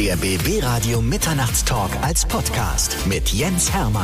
Der BB Radio Mitternachtstalk als Podcast mit Jens Hermann.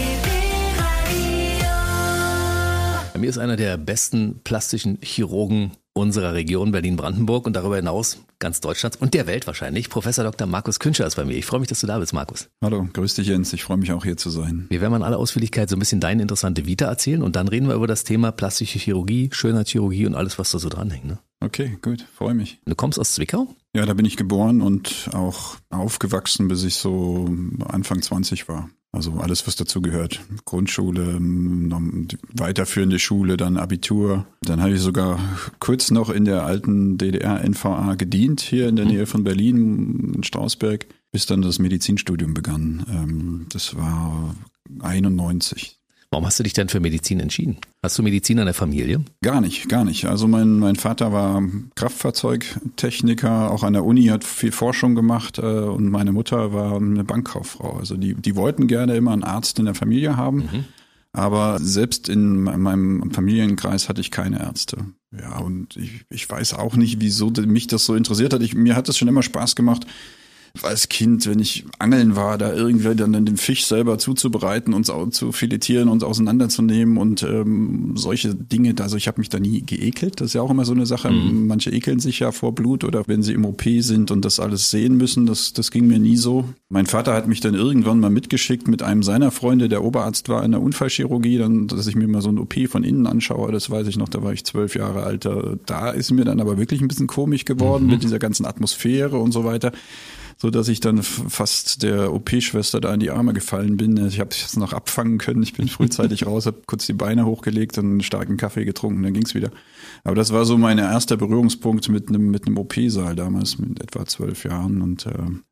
Bei mir ist einer der besten plastischen Chirurgen unserer Region Berlin-Brandenburg und darüber hinaus ganz Deutschlands und der Welt wahrscheinlich. Professor Dr. Markus Küntscher ist bei mir. Ich freue mich, dass du da bist, Markus. Hallo, grüß dich Jens. Ich freue mich auch hier zu sein. Wir werden mal in aller Ausführlichkeit so ein bisschen deine interessante Vita erzählen und dann reden wir über das Thema plastische Chirurgie, Schönheitschirurgie und alles, was da so dranhängt. Ne? Okay, gut, freue mich. Du kommst aus Zwickau? Ja, da bin ich geboren und auch aufgewachsen, bis ich so Anfang 20 war. Also alles, was dazu gehört. Grundschule, weiterführende Schule, dann Abitur. Dann habe ich sogar kurz noch in der alten DDR-NVA gedient, hier in der Nähe von Berlin, in Strausberg, bis dann das Medizinstudium begann. Das war 91. Warum hast du dich denn für Medizin entschieden? Hast du Medizin in der Familie? Gar nicht. Also mein Vater war Kraftfahrzeugtechniker, auch an der Uni hat viel Forschung gemacht und meine Mutter war eine Bankkauffrau. Also die wollten gerne immer einen Arzt in der Familie haben, aber selbst in meinem Familienkreis hatte ich keine Ärzte. Ja, und ich weiß auch nicht, wieso mich das so interessiert hat. Mir hat es schon immer Spaß gemacht, als Kind, wenn ich angeln war, da irgendwie dann den Fisch selber zuzubereiten und zu filetieren und auseinanderzunehmen und solche Dinge. Also ich habe mich da nie geekelt. Das ist ja auch immer so eine Sache. Manche ekeln sich ja vor Blut oder wenn sie im OP sind und das alles sehen müssen. Das ging mir nie so. Mein Vater hat mich dann irgendwann mal mitgeschickt mit einem seiner Freunde, der Oberarzt war in der Unfallchirurgie, dann, dass ich mir mal so ein OP von innen anschaue. Das weiß ich noch, da war ich 12 Jahre alt. Da ist mir dann aber wirklich ein bisschen komisch geworden mit dieser ganzen Atmosphäre und so weiter. So dass ich dann fast der OP-Schwester da in die Arme gefallen bin. Ich habe es noch abfangen können. Ich bin frühzeitig raus, habe kurz die Beine hochgelegt und einen starken Kaffee getrunken, dann ging's wieder. Aber das war so mein erster Berührungspunkt mit einem OP-Saal damals mit etwa 12 Jahren. Und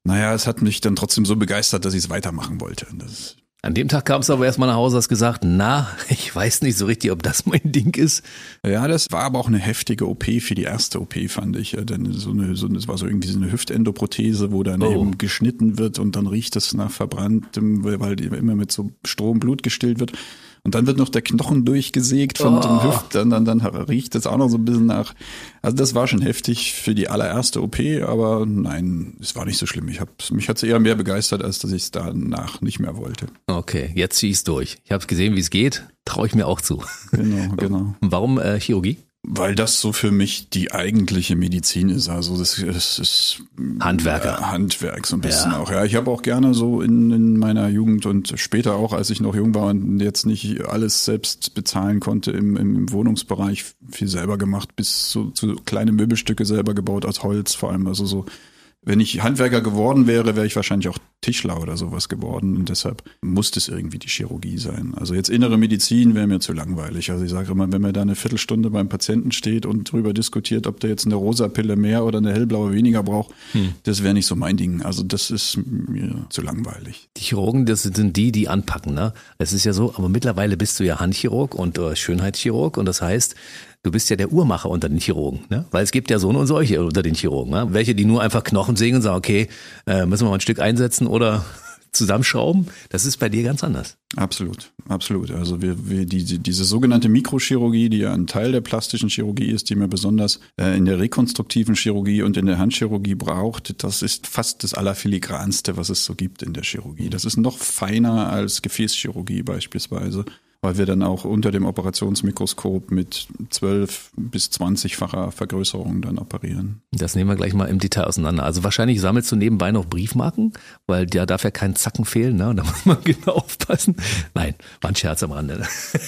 es hat mich dann trotzdem so begeistert, dass ich es weitermachen wollte. An dem Tag kamst du aber erstmal nach Hause, hast gesagt, ich weiß nicht so richtig, ob das mein Ding ist. Ja, das war aber auch eine heftige OP für die erste OP, fand ich. Denn das war so irgendwie so eine Hüftendoprothese, wo dann eben geschnitten wird und dann riecht es nach verbranntem, weil immer mit so Strom Blut gestillt wird. Und dann wird noch der Knochen durchgesägt von dem Hüften, dann riecht es auch noch so ein bisschen nach. Also das war schon heftig für die allererste OP, aber nein, es war nicht so schlimm. Mich hat es eher mehr begeistert, als dass ich es danach nicht mehr wollte. Okay, jetzt zieh ich es durch. Ich habe gesehen, wie es geht, traue ich mir auch zu. Genau. Warum Chirurgie? Weil das so für mich die eigentliche Medizin ist. Also das ist Handwerker. Handwerk so ein bisschen auch. Ja, ich habe auch gerne so in meiner Jugend und später auch, als ich noch jung war und jetzt nicht alles selbst bezahlen konnte im Wohnungsbereich, viel selber gemacht, bis zu kleine Möbelstücke selber gebaut aus Holz vor allem. Also so, wenn ich Handwerker geworden wäre, wäre ich wahrscheinlich auch Tischler oder sowas geworden und deshalb musste es irgendwie die Chirurgie sein. Also jetzt innere Medizin wäre mir zu langweilig. Also ich sage immer, wenn man da eine Viertelstunde beim Patienten steht und drüber diskutiert, ob der jetzt eine rosa Pille mehr oder eine hellblaue weniger braucht, das wäre nicht so mein Ding. Also das ist mir zu langweilig. Die Chirurgen, das sind die anpacken, ne? Es ist ja so, aber mittlerweile bist du ja Handchirurg und Schönheitschirurg und das heißt, du bist ja der Uhrmacher unter den Chirurgen, ne? Weil es gibt ja so und solche unter den Chirurgen, ne? Welche, die nur einfach Knochen sägen und sagen, okay, müssen wir mal ein Stück einsetzen oder zusammenschrauben. Das ist bei dir ganz anders. Absolut. Also diese sogenannte Mikrochirurgie, die ja ein Teil der plastischen Chirurgie ist, die man besonders in der rekonstruktiven Chirurgie und in der Handchirurgie braucht, das ist fast das Allerfiligranste, was es so gibt in der Chirurgie. Das ist noch feiner als Gefäßchirurgie beispielsweise, weil wir dann auch unter dem Operationsmikroskop mit 12 bis 20-facher Vergrößerung dann operieren. Das nehmen wir gleich mal im Detail auseinander. Also wahrscheinlich sammelst du nebenbei noch Briefmarken, weil da darf ja kein Zacken fehlen, ne? Da muss man genau aufpassen. Nein, war ein Scherz am Rande.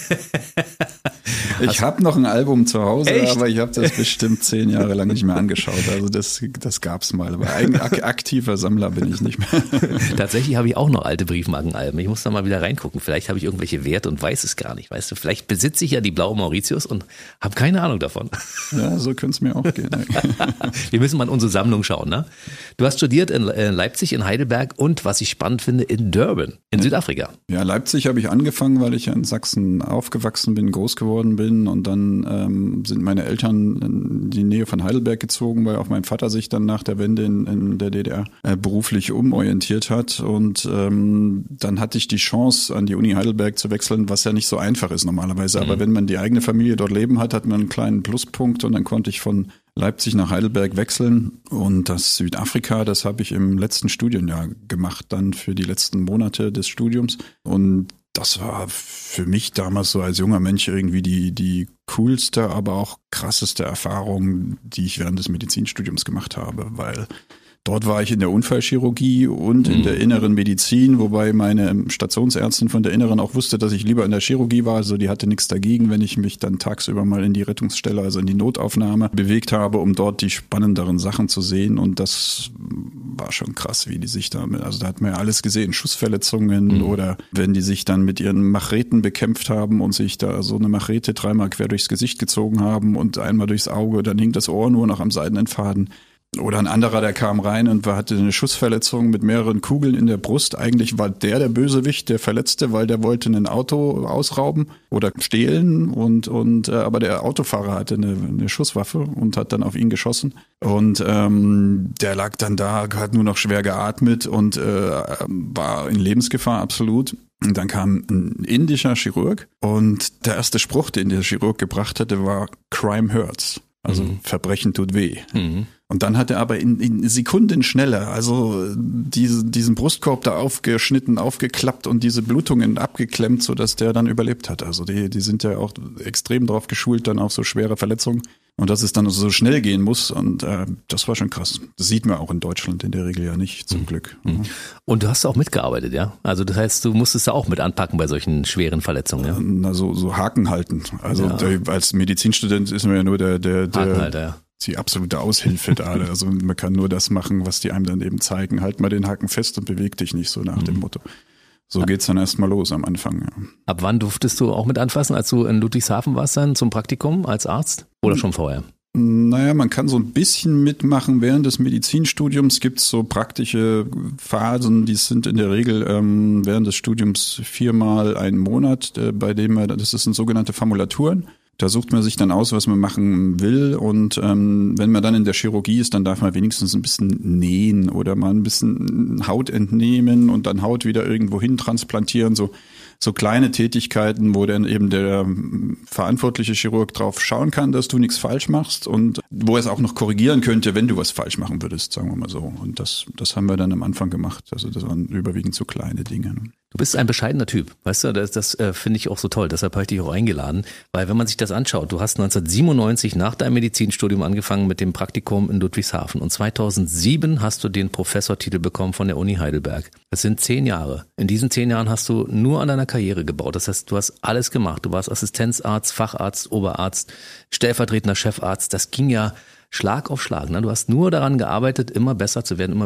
Ich habe noch ein Album zu Hause, Echt? Aber ich habe das bestimmt 10 Jahre lang nicht mehr angeschaut. Also das gab's mal, aber aktiver Sammler bin ich nicht mehr. Tatsächlich habe ich auch noch alte Briefmarkenalben. Ich muss da mal wieder reingucken. Vielleicht habe ich irgendwelche Werte und weiß es gar nicht. Weißt du, vielleicht besitze ich ja die blaue Mauritius und habe keine Ahnung davon. Ja, so könnte es mir auch gehen. Wir müssen mal in unsere Sammlung schauen, ne? Du hast studiert in Leipzig, in Heidelberg und, was ich spannend finde, in Durban, in Südafrika. Ja, Leipzig habe ich angefangen, weil ich in Sachsen aufgewachsen bin, groß geworden bin und dann sind meine Eltern in die Nähe von Heidelberg gezogen, weil auch mein Vater sich dann nach der Wende in der DDR beruflich umorientiert hat und dann hatte ich die Chance, an die Uni Heidelberg zu wechseln, was ja nicht so einfach ist normalerweise, aber wenn man die eigene Familie dort leben hat, hat man einen kleinen Pluspunkt und dann konnte ich von Leipzig nach Heidelberg wechseln. Und das Südafrika, das habe ich im letzten Studienjahr gemacht, dann für die letzten Monate des Studiums. Und das war für mich damals so als junger Mensch irgendwie die coolste, aber auch krasseste Erfahrung, die ich während des Medizinstudiums gemacht habe, weil dort war ich in der Unfallchirurgie und in der inneren Medizin, wobei meine Stationsärztin von der Inneren auch wusste, dass ich lieber in der Chirurgie war. Also die hatte nichts dagegen, wenn ich mich dann tagsüber mal in die Rettungsstelle, also in die Notaufnahme bewegt habe, um dort die spannenderen Sachen zu sehen. Und das war schon krass, wie die sich also da hat man ja alles gesehen, Schussverletzungen oder wenn die sich dann mit ihren Macheten bekämpft haben und sich da so eine Machete 3-mal quer durchs Gesicht gezogen haben und einmal durchs Auge, dann hing das Ohr nur noch am seidenen Faden. Oder ein anderer, der kam rein und hatte eine Schussverletzung mit mehreren Kugeln in der Brust. Eigentlich war der Bösewicht, der Verletzte, weil der wollte ein Auto ausrauben oder stehlen aber der Autofahrer hatte eine Schusswaffe und hat dann auf ihn geschossen. Und der lag dann da, hat nur noch schwer geatmet und war in Lebensgefahr absolut. Und dann kam ein indischer Chirurg und der erste Spruch, den der Chirurg gebracht hatte, war "Crime hurts", also Verbrechen tut weh. Und dann hat er aber in Sekunden schneller, also diesen Brustkorb da aufgeschnitten, aufgeklappt und diese Blutungen abgeklemmt, sodass der dann überlebt hat. Also die sind ja auch extrem drauf geschult, dann auf so schwere Verletzungen. Und dass es dann so schnell gehen muss. Und das war schon krass. Das sieht man auch in Deutschland in der Regel ja nicht, zum Glück. Und du hast auch mitgearbeitet, ja? Also das heißt, du musstest da auch mit anpacken bei solchen schweren Verletzungen, ja? Na, so Haken halten. Also als Medizinstudent ist man ja nur der Hakenhalter, ja. Die absolute Aushilfe da. Also man kann nur das machen, was die einem dann eben zeigen. Halt mal den Haken fest und beweg dich nicht, so nach dem Motto. So geht's dann erstmal los am Anfang. Ja. Ab wann durftest du auch mit anfassen, als du in Ludwigshafen warst dann zum Praktikum als Arzt oder schon vorher? Naja, man kann so ein bisschen mitmachen. Während des Medizinstudiums gibt's so praktische Phasen, die sind in der Regel während des Studiums 4-mal einen Monat, bei dem das sind sogenannte Formulaturen. Da sucht man sich dann aus, was man machen will und wenn man dann in der Chirurgie ist, dann darf man wenigstens ein bisschen nähen oder mal ein bisschen Haut entnehmen und dann Haut wieder irgendwo hin transplantieren, so kleine Tätigkeiten, wo dann eben der verantwortliche Chirurg drauf schauen kann, dass du nichts falsch machst und wo er es auch noch korrigieren könnte, wenn du was falsch machen würdest, sagen wir mal so. Und das haben wir dann am Anfang gemacht. Also das waren überwiegend so kleine Dinge. Du bist ein bescheidener Typ, weißt du, das finde ich auch so toll, deshalb habe ich dich auch eingeladen, weil wenn man sich das anschaut, du hast 1997 nach deinem Medizinstudium angefangen mit dem Praktikum in Ludwigshafen und 2007 hast du den Professortitel bekommen von der Uni Heidelberg. Das sind 10 Jahre. In diesen 10 Jahren hast du nur an deiner Karriere gebaut, das heißt, du hast alles gemacht, du warst Assistenzarzt, Facharzt, Oberarzt, stellvertretender Chefarzt, das ging ja Schlag auf Schlag, ne? Du hast nur daran gearbeitet, immer besser zu werden.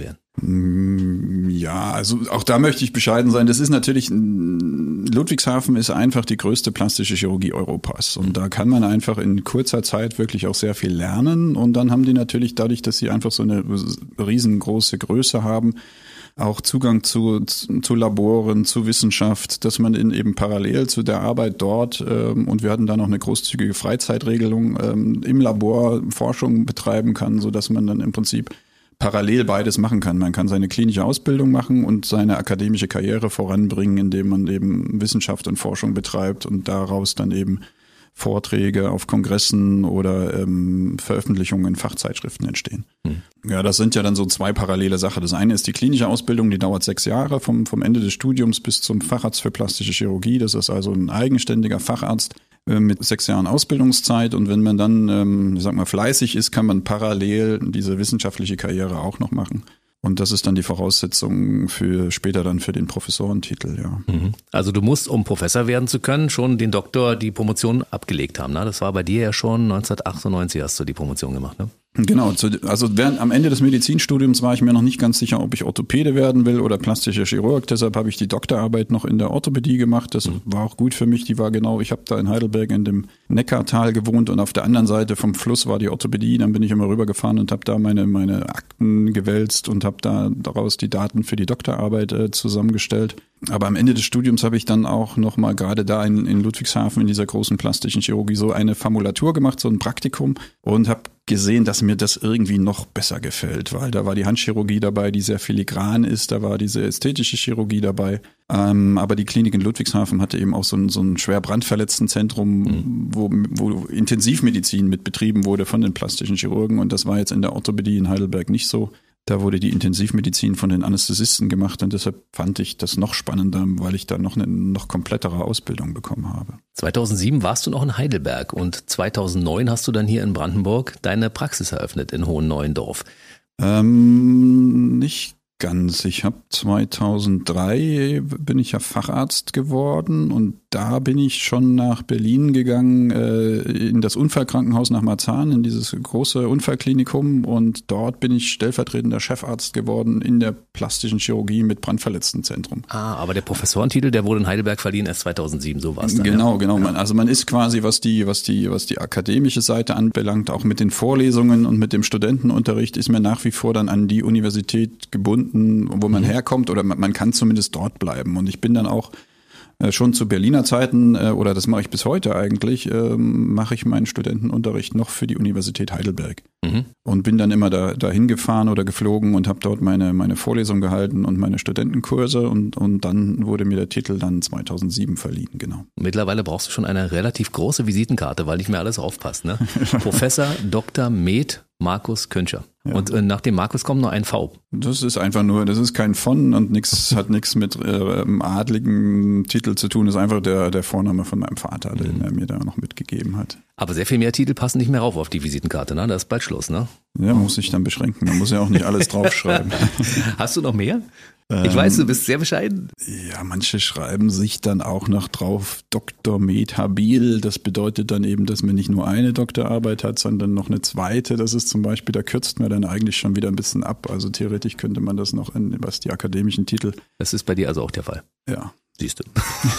Ja, also auch da möchte ich bescheiden sein. Das ist natürlich, Ludwigshafen ist einfach die größte plastische Chirurgie Europas. Und da kann man einfach in kurzer Zeit wirklich auch sehr viel lernen. Und dann haben die natürlich dadurch, dass sie einfach so eine riesengroße Größe haben, auch Zugang zu Laboren, zu Wissenschaft, dass man eben parallel zu der Arbeit dort, und wir hatten da noch eine großzügige Freizeitregelung, im Labor Forschung betreiben kann, so dass man dann im Prinzip parallel beides machen kann. Man kann seine klinische Ausbildung machen und seine akademische Karriere voranbringen, indem man eben Wissenschaft und Forschung betreibt und daraus dann eben Vorträge auf Kongressen oder Veröffentlichungen in Fachzeitschriften entstehen. Ja, das sind ja dann so 2 parallele Sachen. Das eine ist die klinische Ausbildung, die dauert 6 Jahre vom Ende des Studiums bis zum Facharzt für plastische Chirurgie. Das ist also ein eigenständiger Facharzt mit 6 Jahren Ausbildungszeit. Und wenn man dann, fleißig ist, kann man parallel diese wissenschaftliche Karriere auch noch machen. Und das ist dann die Voraussetzung für später dann für den Professorentitel, ja. Also du musst, um Professor werden zu können, schon den Doktor, die Promotion abgelegt haben, ne? Das war bei dir ja schon 1998 hast du die Promotion gemacht, ne? Genau, also am Ende des Medizinstudiums war ich mir noch nicht ganz sicher, ob ich Orthopäde werden will oder plastischer Chirurg. Deshalb habe ich die Doktorarbeit noch in der Orthopädie gemacht. Das war auch gut für mich. Ich habe da in Heidelberg in dem Neckartal gewohnt und auf der anderen Seite vom Fluss war die Orthopädie. Dann bin ich immer rübergefahren und habe da meine Akten gewälzt und habe da daraus die Daten für die Doktorarbeit zusammengestellt. Aber am Ende des Studiums habe ich dann auch nochmal gerade da in Ludwigshafen in dieser großen plastischen Chirurgie so eine Formulatur gemacht, so ein Praktikum und habe gesehen, dass mir das irgendwie noch besser gefällt, weil da war die Handchirurgie dabei, die sehr filigran ist, da war diese ästhetische Chirurgie dabei. Aber die Klinik in Ludwigshafen hatte eben auch so ein schwer brandverletzten Zentrum, wo Intensivmedizin mit betrieben wurde von den plastischen Chirurgen und das war jetzt in der Orthopädie in Heidelberg nicht so. Da wurde die Intensivmedizin von den Anästhesisten gemacht und deshalb fand ich das noch spannender, weil ich da noch eine noch komplettere Ausbildung bekommen habe. 2007 warst du noch in Heidelberg und 2009 hast du dann hier in Brandenburg deine Praxis eröffnet in Hohenneuendorf. Nicht ganz. Ich habe 2003 bin ich ja Facharzt geworden und da bin ich schon nach Berlin gegangen, in das Unfallkrankenhaus nach Marzahn, in dieses große Unfallklinikum und dort bin ich stellvertretender Chefarzt geworden in der plastischen Chirurgie mit Brandverletztenzentrum. Aber der Professorentitel, der wurde in Heidelberg verliehen erst 2007, so war es dann. Genau. Ja. Man ist quasi, was die akademische Seite anbelangt, auch mit den Vorlesungen und mit dem Studentenunterricht, ist man nach wie vor dann an die Universität gebunden, wo man herkommt oder man kann zumindest dort bleiben. Und ich bin dann auch schon zu Berliner Zeiten, oder das mache ich bis heute eigentlich, mache ich meinen Studentenunterricht noch für die Universität Heidelberg. Und bin dann immer dahin gefahren oder geflogen und habe dort meine Vorlesung gehalten und meine Studentenkurse und dann wurde mir der Titel dann 2007 verliehen, genau. Mittlerweile brauchst du schon eine relativ große Visitenkarte, weil nicht mehr alles aufpasst, ne? Professor Dr. Med. Markus Könscher. Ja. Und nach dem Markus kommt noch ein V. Das ist einfach nur, das ist kein von und hat nichts mit adligen Titel zu tun. Das ist einfach der Vorname von meinem Vater, den er mir da noch mitgegeben hat. Aber sehr viel mehr Titel passen nicht mehr rauf auf die Visitenkarte, ne? Da ist bald Schluss, ne? Ja, muss ich dann beschränken. Man muss ja auch nicht alles draufschreiben. Hast du noch mehr? Ich weiß, du bist sehr bescheiden. Ja, manche schreiben sich dann auch noch drauf Dr. Med Habil. Das bedeutet dann eben, dass man nicht nur eine Doktorarbeit hat, sondern noch eine zweite. Das ist zum Beispiel, da kürzt man dann eigentlich schon wieder ein bisschen ab. Also theoretisch könnte man das noch, was die akademischen Titel. Das ist bei dir also auch der Fall? Ja. Siehst du.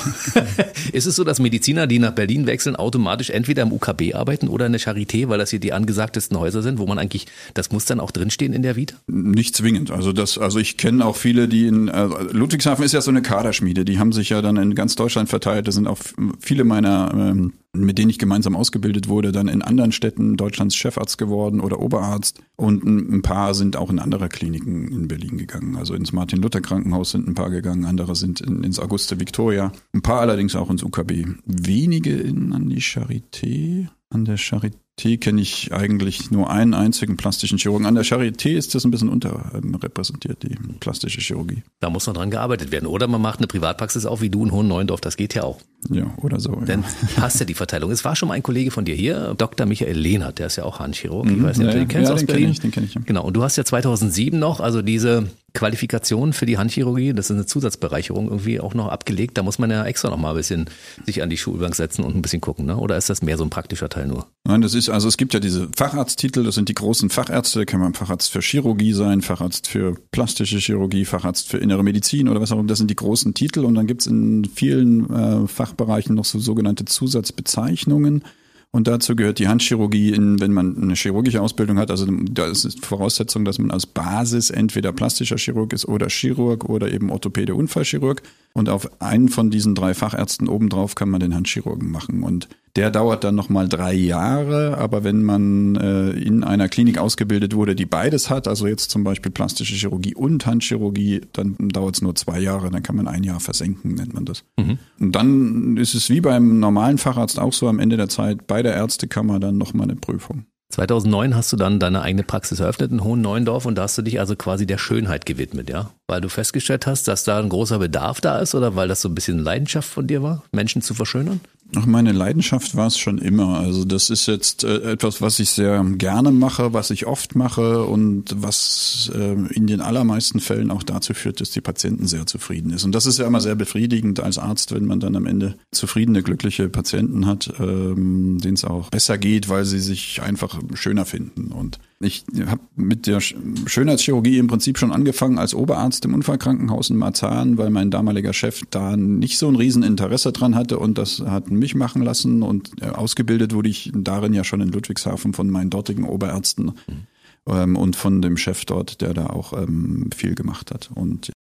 Ist es so, dass Mediziner, die nach Berlin wechseln, automatisch entweder im UKB arbeiten oder in der Charité, weil das hier die angesagtesten Häuser sind, wo man eigentlich, das muss dann auch drinstehen in der Vita? Nicht zwingend. Also ich kenne auch viele, die Ludwigshafen ist ja so eine Kaderschmiede, die haben sich ja dann in ganz Deutschland verteilt. Das sind auch viele meiner, mit denen ich gemeinsam ausgebildet wurde, dann in anderen Städten Deutschlands Chefarzt geworden oder Oberarzt. Und ein paar sind auch in andere Kliniken in Berlin gegangen. Also ins Martin-Luther-Krankenhaus sind ein paar gegangen, andere sind ins Auguste Victoria. Ein paar allerdings auch ins UKB. Wenige an die Charité. An der Charité kenne ich eigentlich nur einen einzigen plastischen Chirurgen. An der Charité ist das ein bisschen unterrepräsentiert, die plastische Chirurgie. Da muss noch dran gearbeitet werden. Oder man macht eine Privatpraxis auf, wie du in Hohenneuendorf. Das geht ja auch. Ja, oder so. Dann passt ja die Verteilung. Es war schon mal ein Kollege von dir hier, Dr. Michael Lehnert, der ist ja auch Handchirurg. Ich weiß nicht, ob du den kennst aus Berlin. Den kenn ich. Genau. Und du hast ja 2007 noch, also diese Qualifikation für die Handchirurgie, das ist eine Zusatzbereicherung irgendwie auch noch abgelegt. Da muss man ja extra noch mal ein bisschen sich an die Schulbank setzen und ein bisschen gucken, ne? Oder ist das mehr so ein praktischer Teil nur? Nein, es gibt ja diese Facharzttitel, das sind die großen Fachärzte, da kann man Facharzt für Chirurgie sein, Facharzt für plastische Chirurgie, Facharzt für innere Medizin oder was auch immer, das sind die großen Titel und dann gibt's in vielen Fachbereichen noch so sogenannte Zusatzbezeichnungen. Und dazu gehört die Handchirurgie, wenn man eine chirurgische Ausbildung hat. Also da ist Voraussetzung, dass man als Basis entweder plastischer Chirurg ist oder Chirurg oder eben Orthopäde, Unfallchirurg. Und auf einen von diesen 3 Fachärzten obendrauf kann man den Handchirurgen machen. Und der dauert dann nochmal 3 Jahre. Aber wenn man in einer Klinik ausgebildet wurde, die beides hat, also jetzt zum Beispiel plastische Chirurgie und Handchirurgie, dann dauert es nur 2 Jahre. Dann kann man 1 Jahr versenken, nennt man das. Und dann ist es wie beim normalen Facharzt auch so am Ende der Zeit bei der Ärztekammer dann nochmal eine Prüfung. 2009 hast du dann deine eigene Praxis eröffnet in Hohenneuendorf und da hast du dich also quasi der Schönheit gewidmet, ja? Weil du festgestellt hast, dass da ein großer Bedarf da ist oder weil das so ein bisschen Leidenschaft von dir war, Menschen zu verschönern? Ach, meine Leidenschaft war es schon immer. Also das ist jetzt etwas, was ich sehr gerne mache, was ich oft mache und was in den allermeisten Fällen auch dazu führt, dass die Patienten sehr zufrieden ist. Und das ist ja immer sehr befriedigend als Arzt, wenn man dann am Ende zufriedene, glückliche Patienten hat, denen es auch besser geht, weil sie sich einfach schöner finden. Und ich habe mit der Schönheitschirurgie im Prinzip schon angefangen als Oberarzt im Unfallkrankenhaus in Marzahn, weil mein damaliger Chef da nicht so ein Rieseninteresse dran hatte und das hat mich machen lassen und ausgebildet wurde ich darin ja schon in Ludwigshafen von meinen dortigen Oberärzten und von dem Chef dort, der da auch viel gemacht hat. Und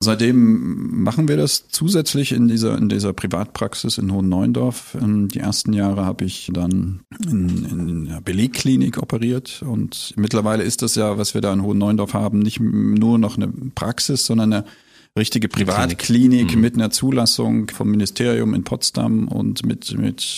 Seitdem machen wir das zusätzlich in dieser Privatpraxis in Hohenneuendorf. Die ersten Jahre habe ich dann in der Belegklinik operiert und mittlerweile ist das ja, was wir da in Hohenneuendorf haben, nicht nur noch eine Praxis, sondern eine richtige Privatklinik mit einer Zulassung vom Ministerium in Potsdam und mit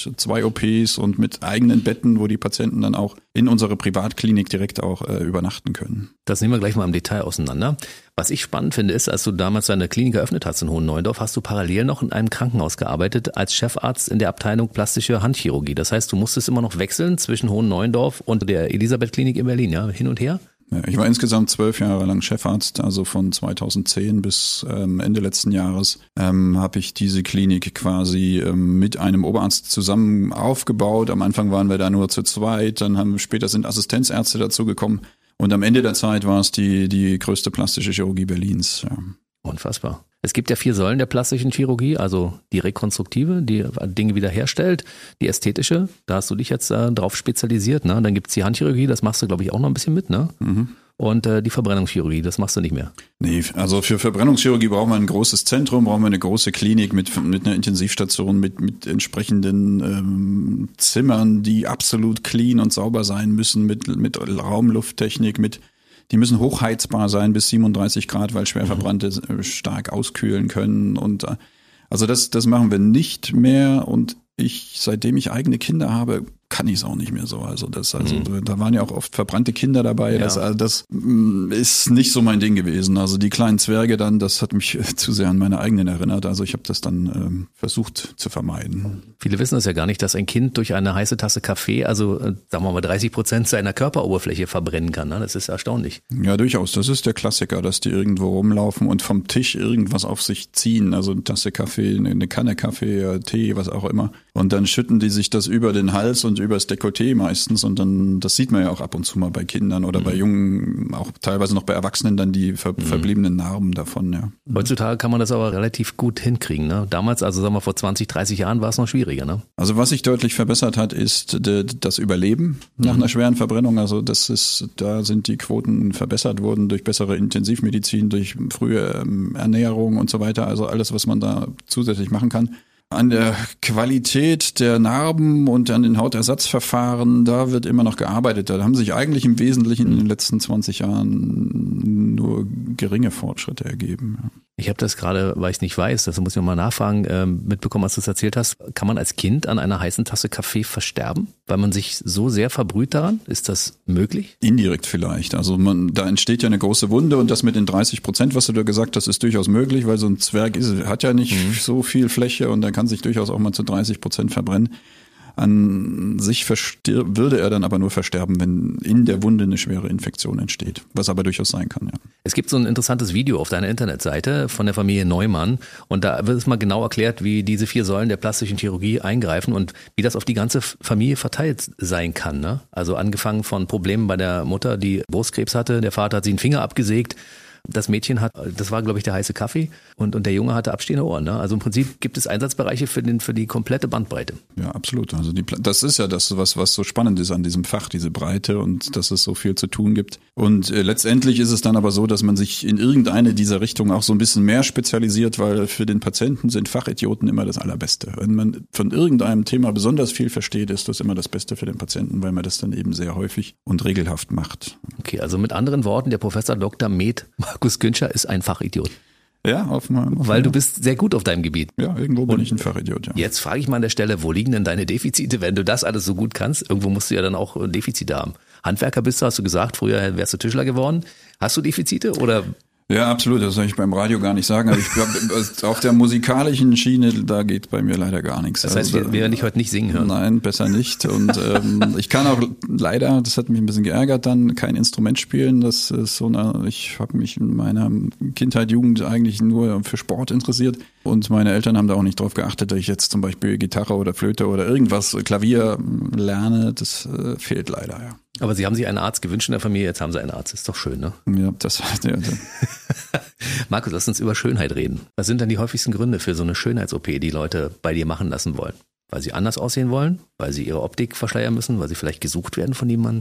2 OPs und mit eigenen Betten, wo die Patienten dann auch in unsere Privatklinik direkt auch übernachten können. Das nehmen wir gleich mal im Detail auseinander. Was ich spannend finde, ist, als du damals deine Klinik eröffnet hast in Hohenneuendorf, hast du parallel noch in einem Krankenhaus gearbeitet als Chefarzt in der Abteilung plastische Handchirurgie. Das heißt, du musstest immer noch wechseln zwischen Hohenneuendorf und der Elisabeth-Klinik in Berlin, ja, hin und her? Ja, ich war insgesamt 12 Jahre lang Chefarzt, also von 2010 bis Ende letzten Jahres habe ich diese Klinik quasi mit einem Oberarzt zusammen aufgebaut. Am Anfang waren wir da nur zu zweit, später sind Assistenzärzte dazu gekommen und am Ende der Zeit war es die größte plastische Chirurgie Berlins. Ja. Unfassbar. Es gibt ja 4 Säulen der plastischen Chirurgie, also die rekonstruktive, die Dinge wiederherstellt, die ästhetische, da hast du dich jetzt drauf spezialisiert, ne? Dann gibt's die Handchirurgie, das machst du, glaube ich, auch noch ein bisschen mit, ne? Mhm. Und die Verbrennungschirurgie, das machst du nicht mehr. Nee, also für Verbrennungschirurgie brauchen wir ein großes Zentrum, brauchen wir eine große Klinik mit einer Intensivstation, mit entsprechenden Zimmern, die absolut clean und sauber sein müssen, mit Raumlufttechnik, die müssen hochheizbar sein bis 37 Grad, weil Schwerverbrannte stark auskühlen können. Und also das machen wir nicht mehr. Und seitdem ich eigene Kinder habe, kann ich es auch nicht mehr so. Da waren ja auch oft verbrannte Kinder dabei. Ja. Das ist nicht so mein Ding gewesen. Also die kleinen Zwerge dann, das hat mich zu sehr an meine eigenen erinnert. Also ich habe das dann versucht zu vermeiden. Viele wissen es ja gar nicht, dass ein Kind durch eine heiße Tasse Kaffee, also sagen wir mal 30% seiner Körperoberfläche verbrennen kann. Ne? Das ist erstaunlich. Ja, durchaus. Das ist der Klassiker, dass die irgendwo rumlaufen und vom Tisch irgendwas auf sich ziehen. Also eine Tasse Kaffee, eine Kanne Kaffee, Tee, was auch immer. Und dann schütten die sich das über den Hals und übers Dekolleté meistens und dann, das sieht man ja auch ab und zu mal bei Kindern oder bei Jungen, auch teilweise noch bei Erwachsenen dann die verbliebenen Narben davon, ja. Heutzutage kann man das aber relativ gut hinkriegen, ne? Damals, also sagen wir vor 20, 30 Jahren war es noch schwieriger, ne? Also was sich deutlich verbessert hat, ist das Überleben nach einer schweren Verbrennung, also da sind die Quoten verbessert worden durch bessere Intensivmedizin, durch frühe Ernährung und so weiter, also alles, was man da zusätzlich machen kann. An der Qualität der Narben und an den Hautersatzverfahren, da wird immer noch gearbeitet. Da haben sich eigentlich im Wesentlichen in den letzten 20 Jahren nur geringe Fortschritte ergeben. Ich habe das gerade, weil ich es nicht weiß, das muss ich mal nachfragen, mitbekommen, als du es erzählt hast. Kann man als Kind an einer heißen Tasse Kaffee versterben, weil man sich so sehr verbrüht daran? Ist das möglich? Indirekt vielleicht. Also da entsteht ja eine große Wunde und das mit den 30%, was du da gesagt hast, ist durchaus möglich, weil so ein Zwerg hat ja nicht so viel Fläche und der kann sich durchaus auch mal zu 30% verbrennen. An sich würde er dann aber nur versterben, wenn in der Wunde eine schwere Infektion entsteht, was aber durchaus sein kann, ja. Es gibt so ein interessantes Video auf deiner Internetseite von der Familie Neumann und da wird es mal genau erklärt, wie diese 4 Säulen der plastischen Chirurgie eingreifen und wie das auf die ganze Familie verteilt sein kann, ne? Also angefangen von Problemen bei der Mutter, die Brustkrebs hatte, der Vater hat sie einen Finger abgesägt. Das Mädchen das war, glaube ich, der heiße Kaffee und der Junge hatte abstehende Ohren. Ne? Also im Prinzip gibt es Einsatzbereiche für die komplette Bandbreite. Ja, absolut. Also das ist ja das, was so spannend ist an diesem Fach, diese Breite und dass es so viel zu tun gibt. Und letztendlich ist es dann aber so, dass man sich in irgendeine dieser Richtungen auch so ein bisschen mehr spezialisiert, weil für den Patienten sind Fachidioten immer das Allerbeste. Wenn man von irgendeinem Thema besonders viel versteht, ist das immer das Beste für den Patienten, weil man das dann eben sehr häufig und regelhaft macht. Okay, also mit anderen Worten, der Professor Dr. Med Markus Güntscher ist ein Fachidiot. Ja, weil du bist sehr gut auf deinem Gebiet. Ja, irgendwo bin ich ein Fachidiot, ja. Jetzt frage ich mal an der Stelle, wo liegen denn deine Defizite, wenn du das alles so gut kannst? Irgendwo musst du ja dann auch Defizite haben. Handwerker bist du, hast du gesagt, früher wärst du Tischler geworden. Hast du Defizite oder? Ja, absolut. Das soll ich beim Radio gar nicht sagen. Aber ich glaube, auf der musikalischen Schiene, da geht bei mir leider gar nichts. Das heißt, wir werden dich heute nicht singen hören. Nein, besser nicht. Und ich kann auch leider, das hat mich ein bisschen geärgert, dann kein Instrument spielen. Das ist ich habe mich in meiner Kindheit, Jugend eigentlich nur für Sport interessiert. Und meine Eltern haben da auch nicht drauf geachtet, dass ich jetzt zum Beispiel Gitarre oder Flöte oder irgendwas, Klavier lerne. Das fehlt leider, ja. Aber Sie haben sich einen Arzt gewünscht in der Familie, jetzt haben Sie einen Arzt. Ist doch schön, ne? Ja, das heißt ja. Markus, lass uns über Schönheit reden. Was sind denn die häufigsten Gründe für so eine Schönheits-OP, die Leute bei dir machen lassen wollen? Weil sie anders aussehen wollen? Weil sie ihre Optik verschleiern müssen? Weil sie vielleicht gesucht werden von jemandem?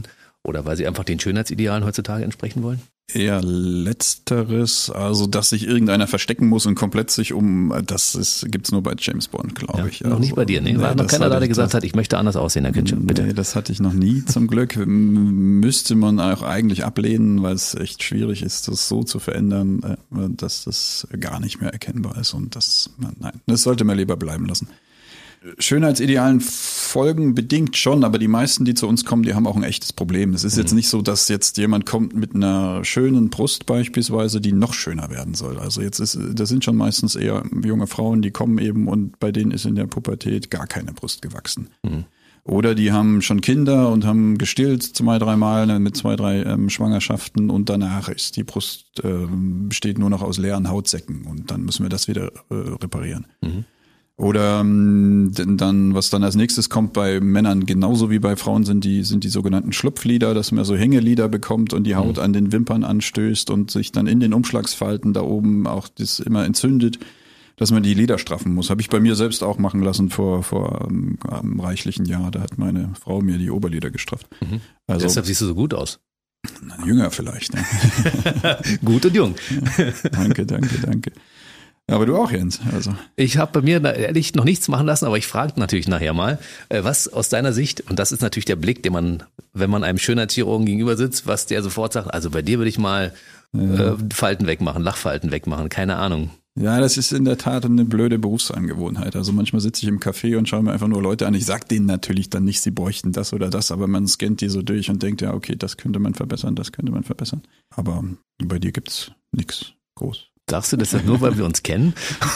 Oder weil sie einfach den Schönheitsidealen heutzutage entsprechen wollen? Eher letzteres, also dass sich irgendeiner verstecken muss und komplett sich gibt's nur bei James Bond, glaube ich. Noch also, nicht bei dir, ne? War noch keiner da, der gesagt hat, ich möchte anders aussehen, Herr Kitchen, bitte. Nee, das hatte ich noch nie, zum Glück. Müsste man auch eigentlich ablehnen, weil es echt schwierig ist, das so zu verändern, dass das gar nicht mehr erkennbar ist und das sollte man lieber bleiben lassen. Schönheitsidealen folgen bedingt schon, aber die meisten, die zu uns kommen, die haben auch ein echtes Problem. Es ist jetzt nicht so, dass jetzt jemand kommt mit einer schönen Brust beispielsweise, die noch schöner werden soll. Also das sind schon meistens eher junge Frauen, die kommen eben und bei denen ist in der Pubertät gar keine Brust gewachsen. Oder die haben schon Kinder und haben gestillt 2-3 Mal mit 2-3 Schwangerschaften und danach ist die Brust besteht nur noch aus leeren Hautsäcken und dann müssen wir das wieder reparieren. Oder dann, was dann als nächstes kommt bei Männern genauso wie bei Frauen sind die sogenannten Schlupflider, dass man so Hängelider bekommt und die Haut an den Wimpern anstößt und sich dann in den Umschlagsfalten da oben auch das immer entzündet, dass man die Lider straffen muss. Habe ich bei mir selbst auch machen lassen vor einem reichlichen Jahr. Da hat meine Frau mir die Oberlider gestrafft. Also, deshalb siehst du so gut aus. Jünger vielleicht. Ne? Gut und jung. Danke. Aber du auch, Jens. Also. Ich habe bei mir ehrlich noch nichts machen lassen, aber ich frage natürlich nachher mal, was aus deiner Sicht, und das ist natürlich der Blick, den man, wenn man einem Schönheitschirurgen gegenüber sitzt, was der sofort sagt, also bei dir würde ich mal Falten wegmachen, Lachfalten wegmachen, keine Ahnung. Ja, das ist in der Tat eine blöde Berufsangewohnheit. Also manchmal sitze ich im Café und schaue mir einfach nur Leute an. Ich sage denen natürlich dann nicht, sie bräuchten das oder das, aber man scannt die so durch und denkt, ja, okay, das könnte man verbessern. Aber bei dir gibt's nichts groß. Sagst du das ja nur, weil wir uns kennen?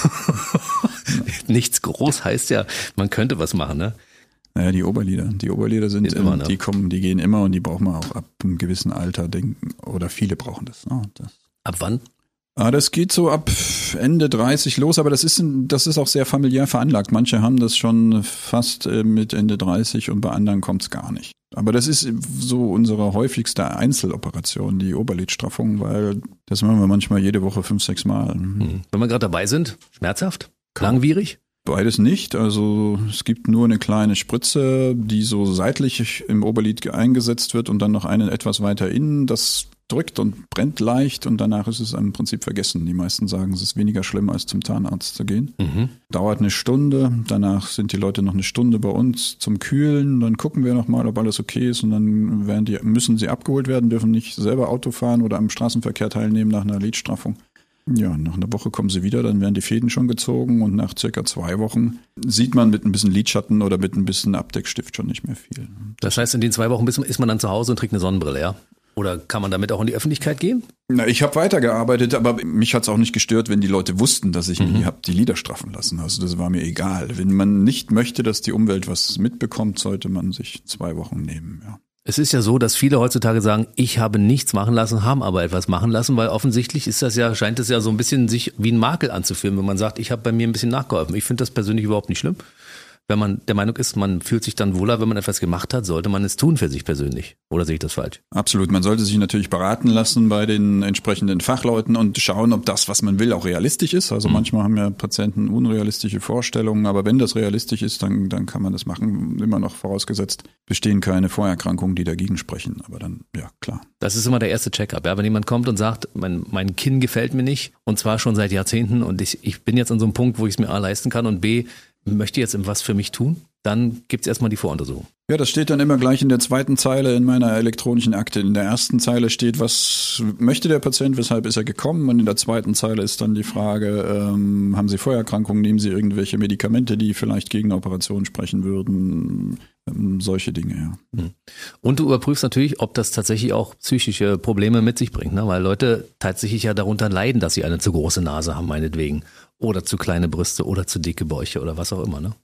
Nichts groß heißt ja, man könnte was machen, ne? Naja, die Oberlider sind immer, ne? Die gehen immer und die braucht man auch ab einem gewissen Alter denken. Oder viele brauchen das. Ab wann? Das geht so ab Ende 30 los, aber das ist auch sehr familiär veranlagt. Manche haben das schon fast mit Ende 30 und bei anderen kommt's gar nicht. Aber das ist so unsere häufigste Einzeloperation, die Oberlidstraffung, weil das machen wir manchmal jede Woche 5-6 Mal. Wenn wir gerade dabei sind, schmerzhaft? Langwierig? Beides nicht. Also es gibt nur eine kleine Spritze, die so seitlich im Oberlid eingesetzt wird und dann noch eine etwas weiter innen. Das drückt und brennt leicht und danach ist es im Prinzip vergessen. Die meisten sagen, es ist weniger schlimm, als zum Zahnarzt zu gehen. Dauert eine Stunde, danach sind die Leute noch eine Stunde bei uns zum Kühlen, dann gucken wir nochmal, ob alles okay ist und dann müssen sie abgeholt werden, dürfen nicht selber Auto fahren oder am Straßenverkehr teilnehmen nach einer Lidstraffung. Ja, nach einer Woche kommen sie wieder, dann werden die Fäden schon gezogen und nach circa 2 Wochen sieht man mit ein bisschen Lidschatten oder mit ein bisschen Abdeckstift schon nicht mehr viel. Das heißt, in den 2 Wochen ist man dann zu Hause und trägt eine Sonnenbrille, ja? Oder kann man damit auch in die Öffentlichkeit gehen? Na, ich habe weitergearbeitet, aber mich hat's auch nicht gestört, wenn die Leute wussten, dass ich nie habe die Lider straffen lassen. Also das war mir egal. Wenn man nicht möchte, dass die Umwelt was mitbekommt, sollte man sich 2 Wochen nehmen, ja. Es ist ja so, dass viele heutzutage sagen, ich habe nichts machen lassen, haben aber etwas machen lassen, weil offensichtlich scheint es ja so ein bisschen sich wie ein Makel anzufühlen, wenn man sagt, ich habe bei mir ein bisschen nachgeholfen. Ich finde das persönlich überhaupt nicht schlimm. Wenn man der Meinung ist, man fühlt sich dann wohler, wenn man etwas gemacht hat, sollte man es tun für sich persönlich. Oder sehe ich das falsch? Absolut. Man sollte sich natürlich beraten lassen bei den entsprechenden Fachleuten und schauen, ob das, was man will, auch realistisch ist. Also manchmal haben ja Patienten unrealistische Vorstellungen, aber wenn das realistisch ist, dann kann man das machen. Immer noch vorausgesetzt, bestehen keine Vorerkrankungen, die dagegen sprechen. Aber dann, ja, klar. Das ist immer der erste Check-up. Ja? Wenn jemand kommt und sagt, mein Kinn gefällt mir nicht und zwar schon seit Jahrzehnten und ich bin jetzt an so einem Punkt, wo ich es mir A leisten kann und B, möchte jetzt was für mich tun, dann gibt's erstmal die Voruntersuchung. Ja, das steht dann immer gleich in der 2. Zeile in meiner elektronischen Akte. In der 1. Zeile steht, was möchte der Patient, weshalb ist er gekommen? Und in der 2. Zeile ist dann die Frage, haben Sie Vorerkrankungen, nehmen Sie irgendwelche Medikamente, die vielleicht gegen eine Operation sprechen würden? Solche Dinge, ja. Und du überprüfst natürlich, ob das tatsächlich auch psychische Probleme mit sich bringt, ne? Weil Leute tatsächlich ja darunter leiden, dass sie eine zu große Nase haben, meinetwegen. Oder zu kleine Brüste oder zu dicke Bäuche oder was auch immer, ne?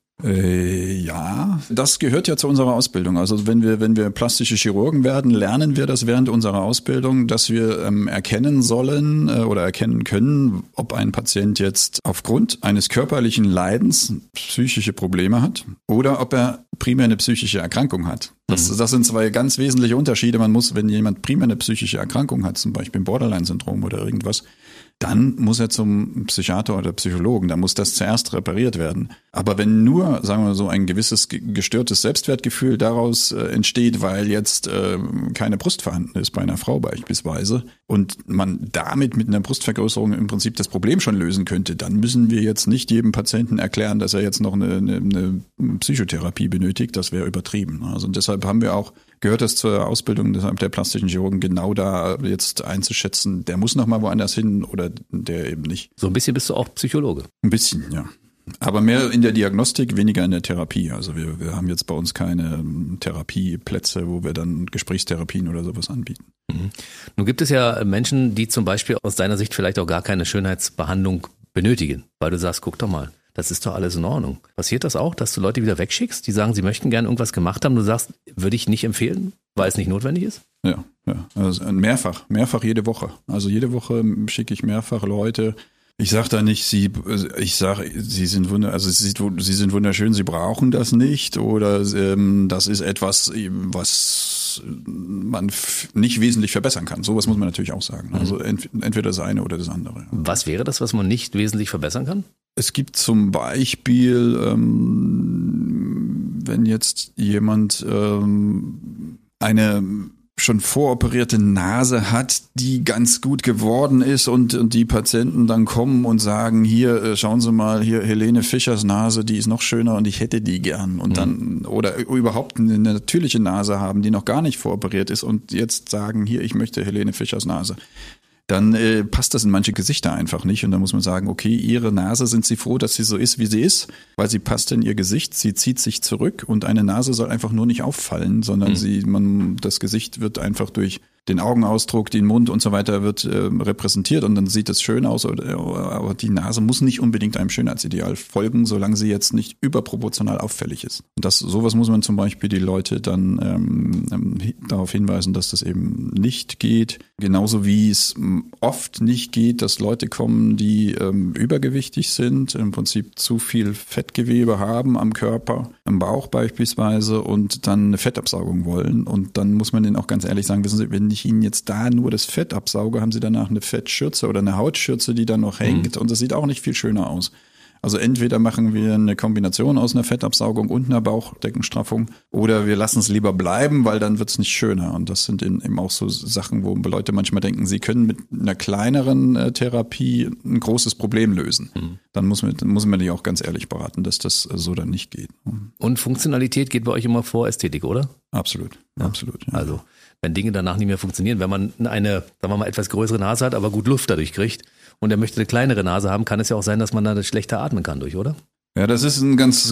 Ja, das gehört ja zu unserer Ausbildung. Also wenn wir plastische Chirurgen werden, lernen wir das während unserer Ausbildung, dass wir erkennen sollen oder erkennen können, ob ein Patient jetzt aufgrund eines körperlichen Leidens psychische Probleme hat oder ob er primär eine psychische Erkrankung hat. Das sind zwei ganz wesentliche Unterschiede. Man muss, wenn jemand primär eine psychische Erkrankung hat, zum Beispiel ein Borderline-Syndrom oder irgendwas, dann muss er zum Psychiater oder Psychologen, da muss das zuerst repariert werden. Aber wenn nur, sagen wir so, ein gewisses gestörtes Selbstwertgefühl daraus entsteht, weil jetzt keine Brust vorhanden ist bei einer Frau beispielsweise und man damit mit einer Brustvergrößerung im Prinzip das Problem schon lösen könnte, dann müssen wir jetzt nicht jedem Patienten erklären, dass er jetzt noch eine Psychotherapie benötigt. Das wäre übertrieben. Also deshalb haben wir auch gehört das zur Ausbildung der plastischen Chirurgen, genau da jetzt einzuschätzen, der muss noch mal woanders hin oder der eben nicht. So ein bisschen bist du auch Psychologe. Ein bisschen, ja. Aber mehr in der Diagnostik, weniger in der Therapie. Also wir haben jetzt bei uns keine Therapieplätze, wo wir dann Gesprächstherapien oder sowas anbieten. Mhm. Nun gibt es ja Menschen, die zum Beispiel aus deiner Sicht vielleicht auch gar keine Schönheitsbehandlung benötigen, weil du sagst, guck doch mal, das ist doch alles in Ordnung. Passiert das auch, dass du Leute wieder wegschickst, die sagen, sie möchten gerne irgendwas gemacht haben, du sagst, würde ich nicht empfehlen, weil es nicht notwendig ist? Ja. Also mehrfach jede Woche. Also jede Woche schicke ich mehrfach Leute. Ich sage da nicht, sie sind wunderschön, sie brauchen das nicht oder das ist etwas, was man nicht wesentlich verbessern kann. Sowas muss man natürlich auch sagen. Also entweder das eine oder das andere. Was wäre das, was man nicht wesentlich verbessern kann? Es gibt zum Beispiel, wenn jetzt jemand eine schon voroperierte Nase hat, die ganz gut geworden ist und die Patienten dann kommen und sagen, hier, schauen Sie mal, hier Helene Fischers Nase, die ist noch schöner und ich hätte die gern. Und dann, oder überhaupt eine natürliche Nase haben, die noch gar nicht voroperiert ist und jetzt sagen, hier, ich möchte Helene Fischers Nase. Dann passt das in manche Gesichter einfach nicht und dann muss man sagen, okay, Ihre Nase, sind Sie froh, dass sie so ist, wie sie ist, weil sie passt in Ihr Gesicht, sie zieht sich zurück und eine Nase soll einfach nur nicht auffallen, sondern das Gesicht wird einfach durch den Augenausdruck, den Mund und so weiter wird repräsentiert und dann sieht es schön aus, aber die Nase muss nicht unbedingt einem Schönheitsideal folgen, solange sie jetzt nicht überproportional auffällig ist. Und sowas muss man zum Beispiel die Leute dann darauf hinweisen, dass das eben nicht geht. Genauso wie es oft nicht geht, dass Leute kommen, die übergewichtig sind, im Prinzip zu viel Fettgewebe haben am Körper, am Bauch beispielsweise und dann eine Fettabsaugung wollen. Und dann muss man denen auch ganz ehrlich sagen, wissen Sie, wenn ich Ihnen jetzt da nur das Fett absauge, haben Sie danach eine Fettschürze oder eine Hautschürze, die dann noch hängt und das sieht auch nicht viel schöner aus. Also entweder machen wir eine Kombination aus einer Fettabsaugung und einer Bauchdeckenstraffung oder wir lassen es lieber bleiben, weil dann wird es nicht schöner. Und das sind eben auch so Sachen, wo Leute manchmal denken, sie können mit einer kleineren Therapie ein großes Problem lösen. Dann muss man die auch ganz ehrlich beraten, dass das so dann nicht geht. Und Funktionalität geht bei euch immer vor Ästhetik, oder? Absolut. Ja. Also wenn Dinge danach nicht mehr funktionieren, wenn man eine, sagen wir mal, etwas größere Nase hat, aber gut Luft dadurch kriegt und er möchte eine kleinere Nase haben, kann es ja auch sein, dass man da schlechter atmen kann durch, oder? Ja, das ist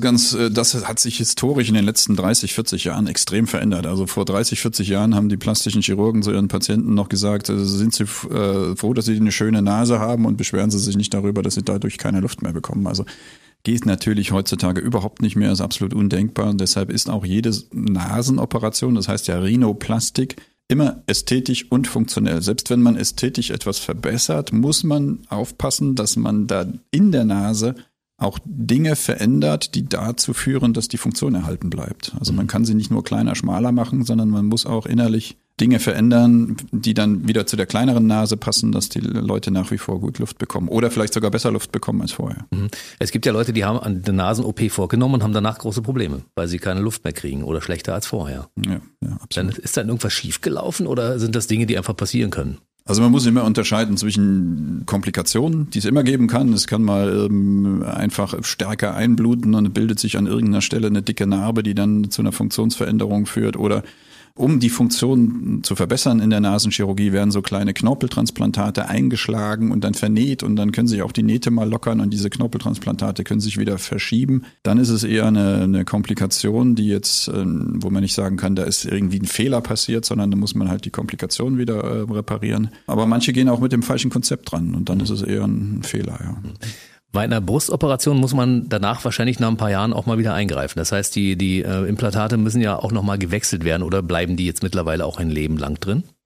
das hat sich historisch in den letzten 30, 40 Jahren extrem verändert. Also vor 30, 40 Jahren haben die plastischen Chirurgen zu ihren Patienten noch gesagt, sind sie froh, dass sie eine schöne Nase haben und beschweren sie sich nicht darüber, dass sie dadurch keine Luft mehr bekommen. Also geht natürlich heutzutage überhaupt nicht mehr, ist absolut undenkbar. Und deshalb ist auch jede Nasenoperation, das heißt ja Rhinoplastik, immer ästhetisch und funktionell. Selbst wenn man ästhetisch etwas verbessert, muss man aufpassen, dass man da in der Nase auch Dinge verändert, die dazu führen, dass die Funktion erhalten bleibt. Also man kann sie nicht nur kleiner, schmaler machen, sondern man muss auch innerlich Dinge verändern, die dann wieder zu der kleineren Nase passen, dass die Leute nach wie vor gut Luft bekommen oder vielleicht sogar besser Luft bekommen als vorher. Es gibt ja Leute, die haben eine Nasen-OP vorgenommen und haben danach große Probleme, weil sie keine Luft mehr kriegen oder schlechter als vorher. Ja, absolut. Dann ist dann irgendwas schiefgelaufen oder sind das Dinge, die einfach passieren können? Also man muss immer unterscheiden zwischen Komplikationen, die es immer geben kann. Es kann mal einfach stärker einbluten und bildet sich an irgendeiner Stelle eine dicke Narbe, die dann zu einer Funktionsveränderung führt. Oder um die Funktion zu verbessern in der Nasenchirurgie werden so kleine Knorpeltransplantate eingeschlagen und dann vernäht und dann können sich auch die Nähte mal lockern und diese Knorpeltransplantate können sich wieder verschieben. Dann ist es eher eine Komplikation, die jetzt, wo man nicht sagen kann, da ist irgendwie ein Fehler passiert, sondern da muss man halt die Komplikation wieder reparieren. Aber manche gehen auch mit dem falschen Konzept dran und dann ist es eher ein Fehler, ja. Bei einer Brustoperation muss man danach wahrscheinlich nach ein paar Jahren auch mal wieder eingreifen. Das heißt, die Implantate müssen ja auch nochmal gewechselt werden oder bleiben die jetzt mittlerweile auch ein Leben lang drin?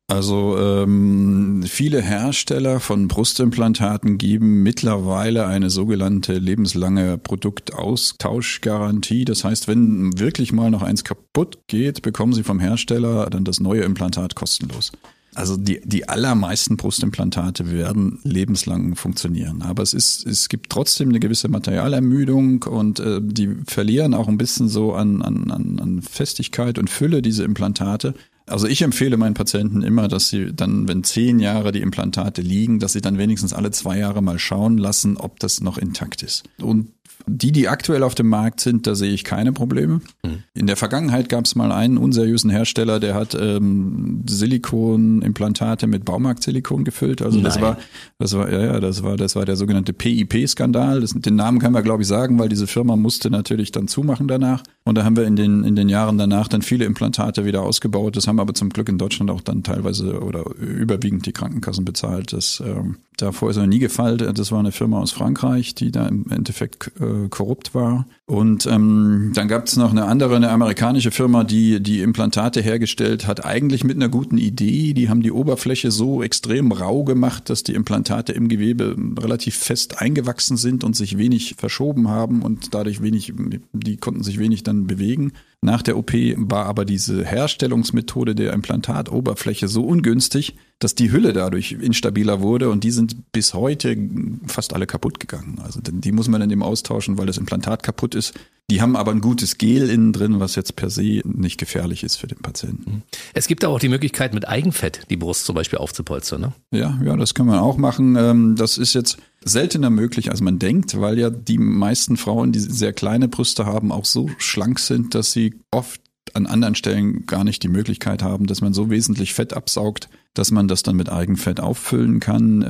Also viele Hersteller von Brustimplantaten geben mittlerweile eine sogenannte lebenslange Produktaustauschgarantie. Das heißt, wenn wirklich mal noch eins kaputt geht, bekommen Sie vom Hersteller dann das neue Implantat kostenlos. Also die allermeisten Brustimplantate werden lebenslang funktionieren. Aber es gibt trotzdem eine gewisse Materialermüdung und die verlieren auch ein bisschen so an Festigkeit und Fülle, diese Implantate. Also ich empfehle meinen Patienten immer, dass sie dann, wenn 10 Jahre die Implantate liegen, dass sie dann wenigstens alle 2 Jahre mal schauen lassen, ob das noch intakt ist. Und die aktuell auf dem Markt sind, da sehe ich keine Probleme. In der Vergangenheit gab es mal einen unseriösen Hersteller, der hat Silikonimplantate mit Baumarktsilikon gefüllt. Also das war der sogenannte PIP-Skandal. Den Namen kann man, glaube ich, sagen, weil diese Firma musste natürlich dann zumachen danach. Und da haben wir in den Jahren danach dann viele Implantate wieder ausgebaut. Das haben aber zum Glück in Deutschland auch dann teilweise oder überwiegend die Krankenkassen bezahlt. Davor ist er nie gefallen. Das war eine Firma aus Frankreich, die da im Endeffekt korrupt war. Und dann gab es noch eine amerikanische Firma, die Implantate hergestellt hat, eigentlich mit einer guten Idee. Die haben die Oberfläche so extrem rau gemacht, dass die Implantate im Gewebe relativ fest eingewachsen sind und sich wenig verschoben haben und dadurch die konnten sich wenig dann bewegen. Nach der OP war aber diese Herstellungsmethode der Implantatoberfläche so ungünstig, dass die Hülle dadurch instabiler wurde und die sind bis heute fast alle kaputt gegangen. Also die muss man dann eben austauschen, weil das Implantat kaputt ist. Die haben aber ein gutes Gel innen drin, was jetzt per se nicht gefährlich ist für den Patienten. Es gibt auch die Möglichkeit, mit Eigenfett die Brust zum Beispiel aufzupolstern, ne? Ja, das kann man auch machen. Das ist jetzt seltener möglich, als man denkt, weil ja die meisten Frauen, die sehr kleine Brüste haben, auch so schlank sind, dass sie oft an anderen Stellen gar nicht die Möglichkeit haben, dass man so wesentlich Fett absaugt, dass man das dann mit Eigenfett auffüllen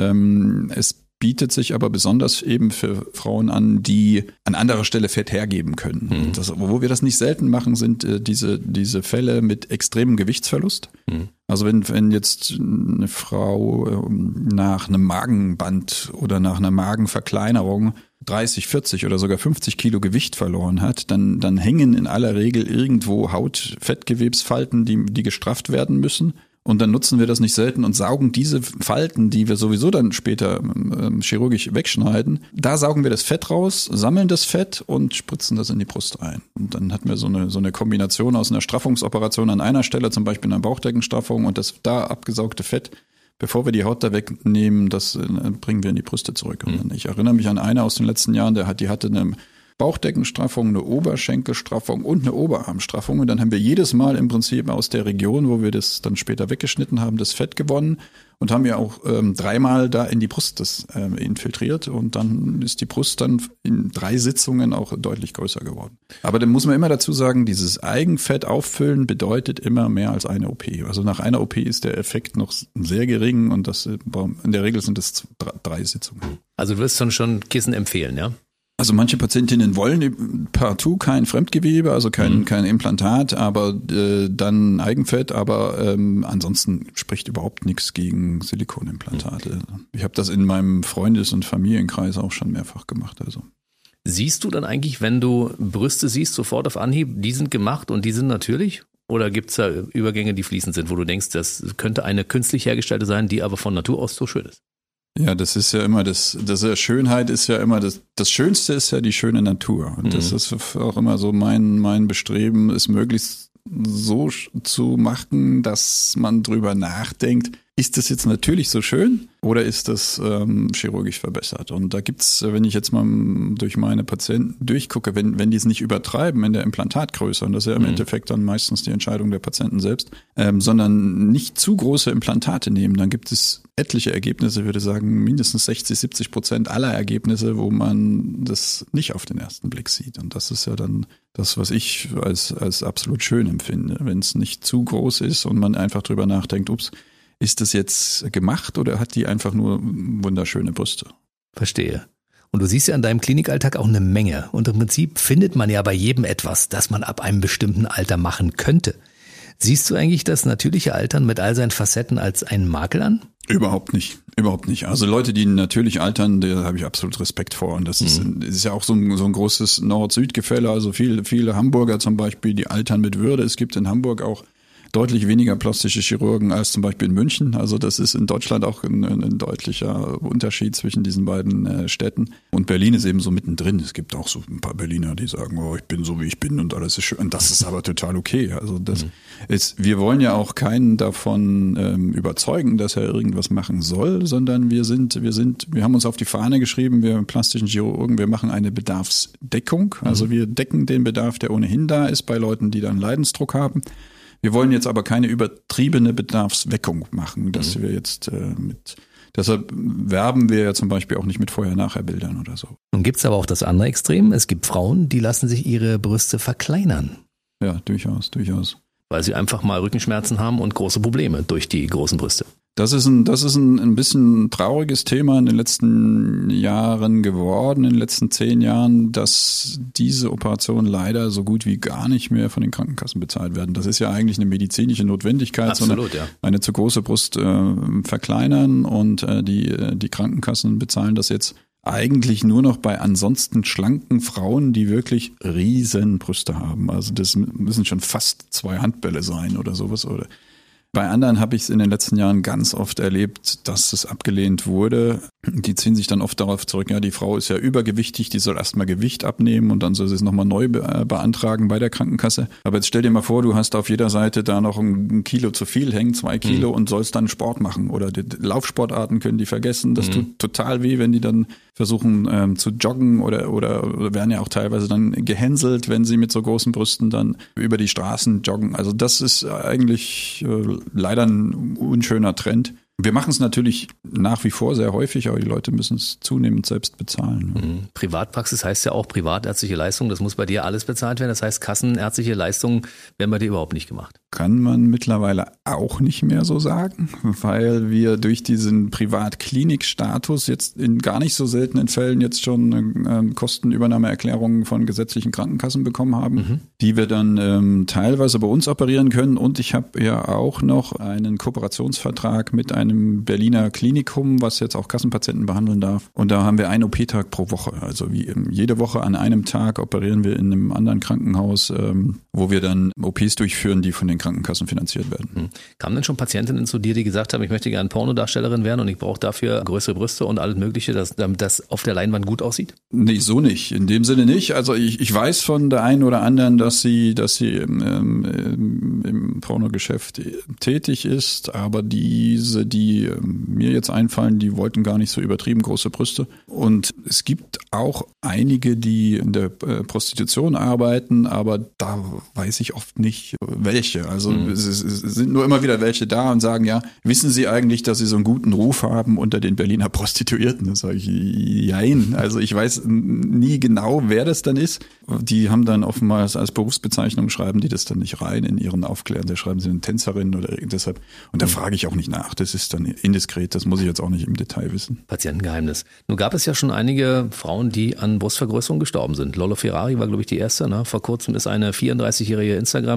kann. Es bietet sich aber besonders eben für Frauen an, die an anderer Stelle Fett hergeben können. Wo wir das nicht selten machen, sind diese Fälle mit extremem Gewichtsverlust. Also wenn jetzt eine Frau nach einem Magenband oder nach einer Magenverkleinerung 30, 40 oder sogar 50 Kilo Gewicht verloren hat, dann hängen in aller Regel irgendwo Haut-Fettgewebsfalten, die gestrafft werden müssen. Und dann nutzen wir das nicht selten und saugen diese Falten, die wir sowieso dann später chirurgisch wegschneiden, da saugen wir das Fett raus, sammeln das Fett und spritzen das in die Brust ein. Und dann hatten wir so eine Kombination aus einer Straffungsoperation an einer Stelle, zum Beispiel einer Bauchdeckenstraffung und das da abgesaugte Fett, bevor wir die Haut da wegnehmen, das bringen wir in die Brüste zurück. Und ich erinnere mich an eine aus den letzten Jahren, die hatte eine Bauchdeckenstraffung, eine Oberschenkelstraffung und eine Oberarmstraffung. Und dann haben wir jedes Mal im Prinzip aus der Region, wo wir das dann später weggeschnitten haben, das Fett gewonnen und haben ja auch 3-mal da in die Brust das infiltriert. Und dann ist die Brust dann in 3 Sitzungen auch deutlich größer geworden. Aber dann muss man immer dazu sagen, dieses Eigenfett auffüllen bedeutet immer mehr als eine OP. Also nach einer OP ist der Effekt noch sehr gering und in der Regel sind es 3 Sitzungen. Also du wirst schon Kissen empfehlen, ja? Also manche Patientinnen wollen partout kein Fremdgewebe, also kein Implantat, aber dann Eigenfett, aber ansonsten spricht überhaupt nichts gegen Silikonimplantate. Ich habe das in meinem Freundes- und Familienkreis auch schon mehrfach gemacht. Also. Siehst du dann eigentlich, wenn du Brüste siehst, sofort auf Anhieb, die sind gemacht und die sind natürlich? Oder gibt es da Übergänge, die fließend sind, wo du denkst, das könnte eine künstlich hergestellte sein, die aber von Natur aus so schön ist? Ja, das ist ja immer Schönheit ist ja immer das Schönste ist ja die schöne Natur. Und das ist auch immer so mein Bestreben, es möglichst so zu machen, dass man drüber nachdenkt, ist das jetzt natürlich so schön oder ist das chirurgisch verbessert? Und da gibt's, wenn ich jetzt mal durch meine Patienten durchgucke, wenn die es nicht übertreiben in der Implantatgröße, und das ist ja im Endeffekt dann meistens die Entscheidung der Patienten selbst, sondern nicht zu große Implantate nehmen, dann gibt es etliche Ergebnisse, ich würde sagen mindestens 60-70% aller Ergebnisse, wo man das nicht auf den ersten Blick sieht. Und das ist ja dann das, was ich als absolut schön empfinde, wenn es nicht zu groß ist und man einfach drüber nachdenkt, ist das jetzt gemacht oder hat die einfach nur wunderschöne Brüste? Verstehe. Und du siehst ja in deinem Klinikalltag auch eine Menge. Und im Prinzip findet man ja bei jedem etwas, das man ab einem bestimmten Alter machen könnte. Siehst du eigentlich das natürliche Altern mit all seinen Facetten als einen Makel an? Überhaupt nicht. Also Leute, die natürlich altern, da habe ich absolut Respekt vor. Und das ist ja auch so ein großes Nord-Süd-Gefälle. Also viele Hamburger zum Beispiel, die altern mit Würde. Es gibt in Hamburg auch deutlich weniger plastische Chirurgen als zum Beispiel in München. Also das ist in Deutschland auch ein deutlicher Unterschied zwischen diesen beiden Städten. Und Berlin ist eben so mittendrin. Es gibt auch so ein paar Berliner, die sagen, ich bin so, wie ich bin und alles ist schön. Und das ist aber total okay. Also das ist, wir wollen ja auch keinen davon überzeugen, dass er irgendwas machen soll, sondern wir haben uns auf die Fahne geschrieben, wir plastischen Chirurgen, wir machen eine Bedarfsdeckung. Also wir decken den Bedarf, der ohnehin da ist bei Leuten, die dann Leidensdruck haben. Wir wollen jetzt aber keine übertriebene Bedarfsweckung machen, dass wir jetzt deshalb werben wir ja zum Beispiel auch nicht mit Vorher-Nachher-Bildern oder so. Nun gibt's aber auch das andere Extrem. Es gibt Frauen, die lassen sich ihre Brüste verkleinern. Ja, durchaus. Weil sie einfach mal Rückenschmerzen haben und große Probleme durch die großen Brüste. Das ist ein bisschen trauriges Thema in den letzten Jahren geworden, in den letzten 10 Jahren, dass diese Operationen leider so gut wie gar nicht mehr von den Krankenkassen bezahlt werden. Das ist ja eigentlich eine medizinische Notwendigkeit, Absolut, ja. Eine zu große Brust verkleinern und die Krankenkassen bezahlen das jetzt eigentlich nur noch bei ansonsten schlanken Frauen, die wirklich riesen Brüste haben. Also das müssen schon fast 2 Handbälle sein oder sowas. Oder bei anderen habe ich es in den letzten Jahren ganz oft erlebt, dass es abgelehnt wurde. Die ziehen sich dann oft darauf zurück, ja, die Frau ist ja übergewichtig, die soll erstmal Gewicht abnehmen und dann soll sie es nochmal neu beantragen bei der Krankenkasse. Aber jetzt stell dir mal vor, du hast auf jeder Seite da noch ein Kilo zu viel hängen, 2 Kilo und sollst dann Sport machen. Oder die Laufsportarten können die vergessen. Das tut total weh, wenn die dann versuchen zu joggen oder werden ja auch teilweise dann gehänselt, wenn sie mit so großen Brüsten dann über die Straßen joggen. Also das ist eigentlich leider ein unschöner Trend. Wir machen es natürlich nach wie vor sehr häufig, aber die Leute müssen es zunehmend selbst bezahlen. Privatpraxis heißt ja auch privatärztliche Leistung. Das muss bei dir alles bezahlt werden. Das heißt, kassenärztliche Leistungen werden bei dir überhaupt nicht gemacht. Kann man mittlerweile auch nicht mehr so sagen, weil wir durch diesen Privatklinikstatus jetzt in gar nicht so seltenen Fällen jetzt schon Kostenübernahmeerklärungen von gesetzlichen Krankenkassen bekommen haben, die wir dann teilweise bei uns operieren können. Und ich habe ja auch noch einen Kooperationsvertrag mit einem Berliner Klinikum, was jetzt auch Kassenpatienten behandeln darf. Und da haben wir einen OP-Tag pro Woche. Also wie jede Woche an einem Tag operieren wir in einem anderen Krankenhaus, wo wir dann OPs durchführen, die von den Krankenkassen finanziert werden. Kamen denn schon Patientinnen zu dir, die gesagt haben, ich möchte gerne Pornodarstellerin werden und ich brauche dafür größere Brüste und alles Mögliche, damit das auf der Leinwand gut aussieht? Nee, so nicht. In dem Sinne nicht. Also ich weiß von der einen oder anderen, dass sie im Pornogeschäft tätig ist, aber die mir jetzt einfallen, die wollten gar nicht so übertrieben große Brüste. Und es gibt auch einige, die in der Prostitution arbeiten, aber da weiß ich oft nicht, welche. Also es sind nur immer wieder welche da und sagen, ja, wissen Sie eigentlich, dass Sie so einen guten Ruf haben unter den Berliner Prostituierten? Da sage ich, jein. Also ich weiß nie genau, wer das dann ist. Die haben dann oftmals als Berufsbezeichnung, schreiben die das dann nicht rein in ihren Aufklärern. Da schreiben sie eine Tänzerin oder deshalb. Und da frage ich auch nicht nach. Das ist dann indiskret. Das muss ich jetzt auch nicht im Detail wissen. Patientengeheimnis. Nun gab es ja schon einige Frauen, die an Brustvergrößerung gestorben sind. Lolo Ferrari war, glaube ich, die erste. Ne? Vor kurzem ist eine 34-jährige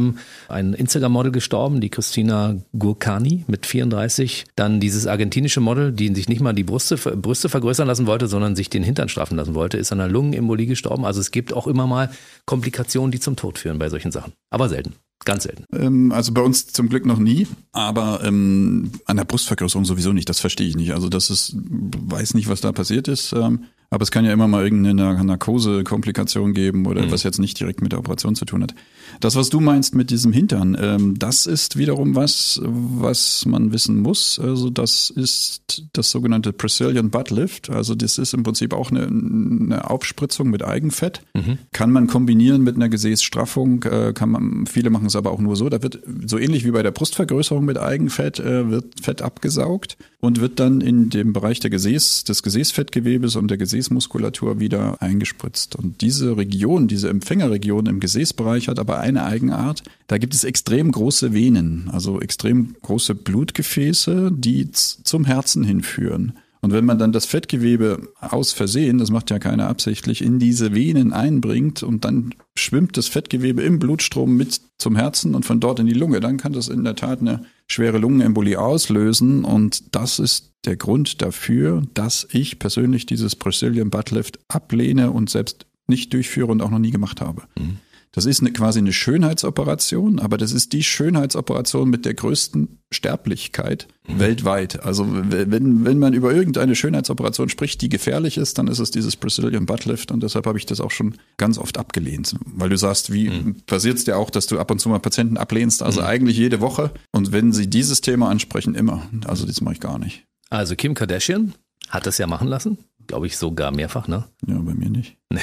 ein Instagram-Model gestorben, die Christina Gurkani mit 34. Dann dieses argentinische Model, die sich nicht mal die Brüste vergrößern lassen wollte, sondern sich den Hintern straffen lassen wollte, ist an einer Lungenembolie gestorben. Also es gibt auch immer mal Komplikationen, die zum Tod führen bei solchen Sachen. Aber selten. Ganz selten. Also bei uns zum Glück noch nie, aber an der Brustvergrößerung sowieso nicht, das verstehe ich nicht. Also weiß nicht, was da passiert ist, aber es kann ja immer mal irgendeine Narkosekomplikation geben oder was jetzt nicht direkt mit der Operation zu tun hat. Das, was du meinst mit diesem Hintern, das ist wiederum was man wissen muss. Also das ist das sogenannte Brazilian Butt Lift. Also das ist im Prinzip auch eine Aufspritzung mit Eigenfett. Kann man kombinieren mit einer Gesäßstraffung, viele machen es aber auch nur so. Da wird so ähnlich wie bei der Brustvergrößerung mit Eigenfett, wird Fett abgesaugt und wird dann in dem Bereich des Gesäßfettgewebes und der Gesäßmuskulatur wieder eingespritzt. Und diese Empfängerregion im Gesäßbereich hat aber eine Eigenart. Da gibt es extrem große Venen, also extrem große Blutgefäße, die zum Herzen hinführen. Und wenn man dann das Fettgewebe aus Versehen, das macht ja keiner absichtlich, in diese Venen einbringt und dann schwimmt das Fettgewebe im Blutstrom mit zum Herzen und von dort in die Lunge, dann kann das in der Tat eine schwere Lungenembolie auslösen. Und das ist der Grund dafür, dass ich persönlich dieses Brazilian Butt Lift ablehne und selbst nicht durchführe und auch noch nie gemacht habe. Das ist quasi eine Schönheitsoperation, aber das ist die Schönheitsoperation mit der größten Sterblichkeit weltweit. Also wenn man über irgendeine Schönheitsoperation spricht, die gefährlich ist, dann ist es dieses Brazilian Butt Lift und deshalb habe ich das auch schon ganz oft abgelehnt. Weil du sagst, wie passiert es dir auch, dass du ab und zu mal Patienten ablehnst, also eigentlich jede Woche und wenn sie dieses Thema ansprechen, immer. Also das mache ich gar nicht. Also Kim Kardashian hat das ja machen lassen, glaube ich sogar mehrfach, ne? Ja, bei mir nicht. Nee,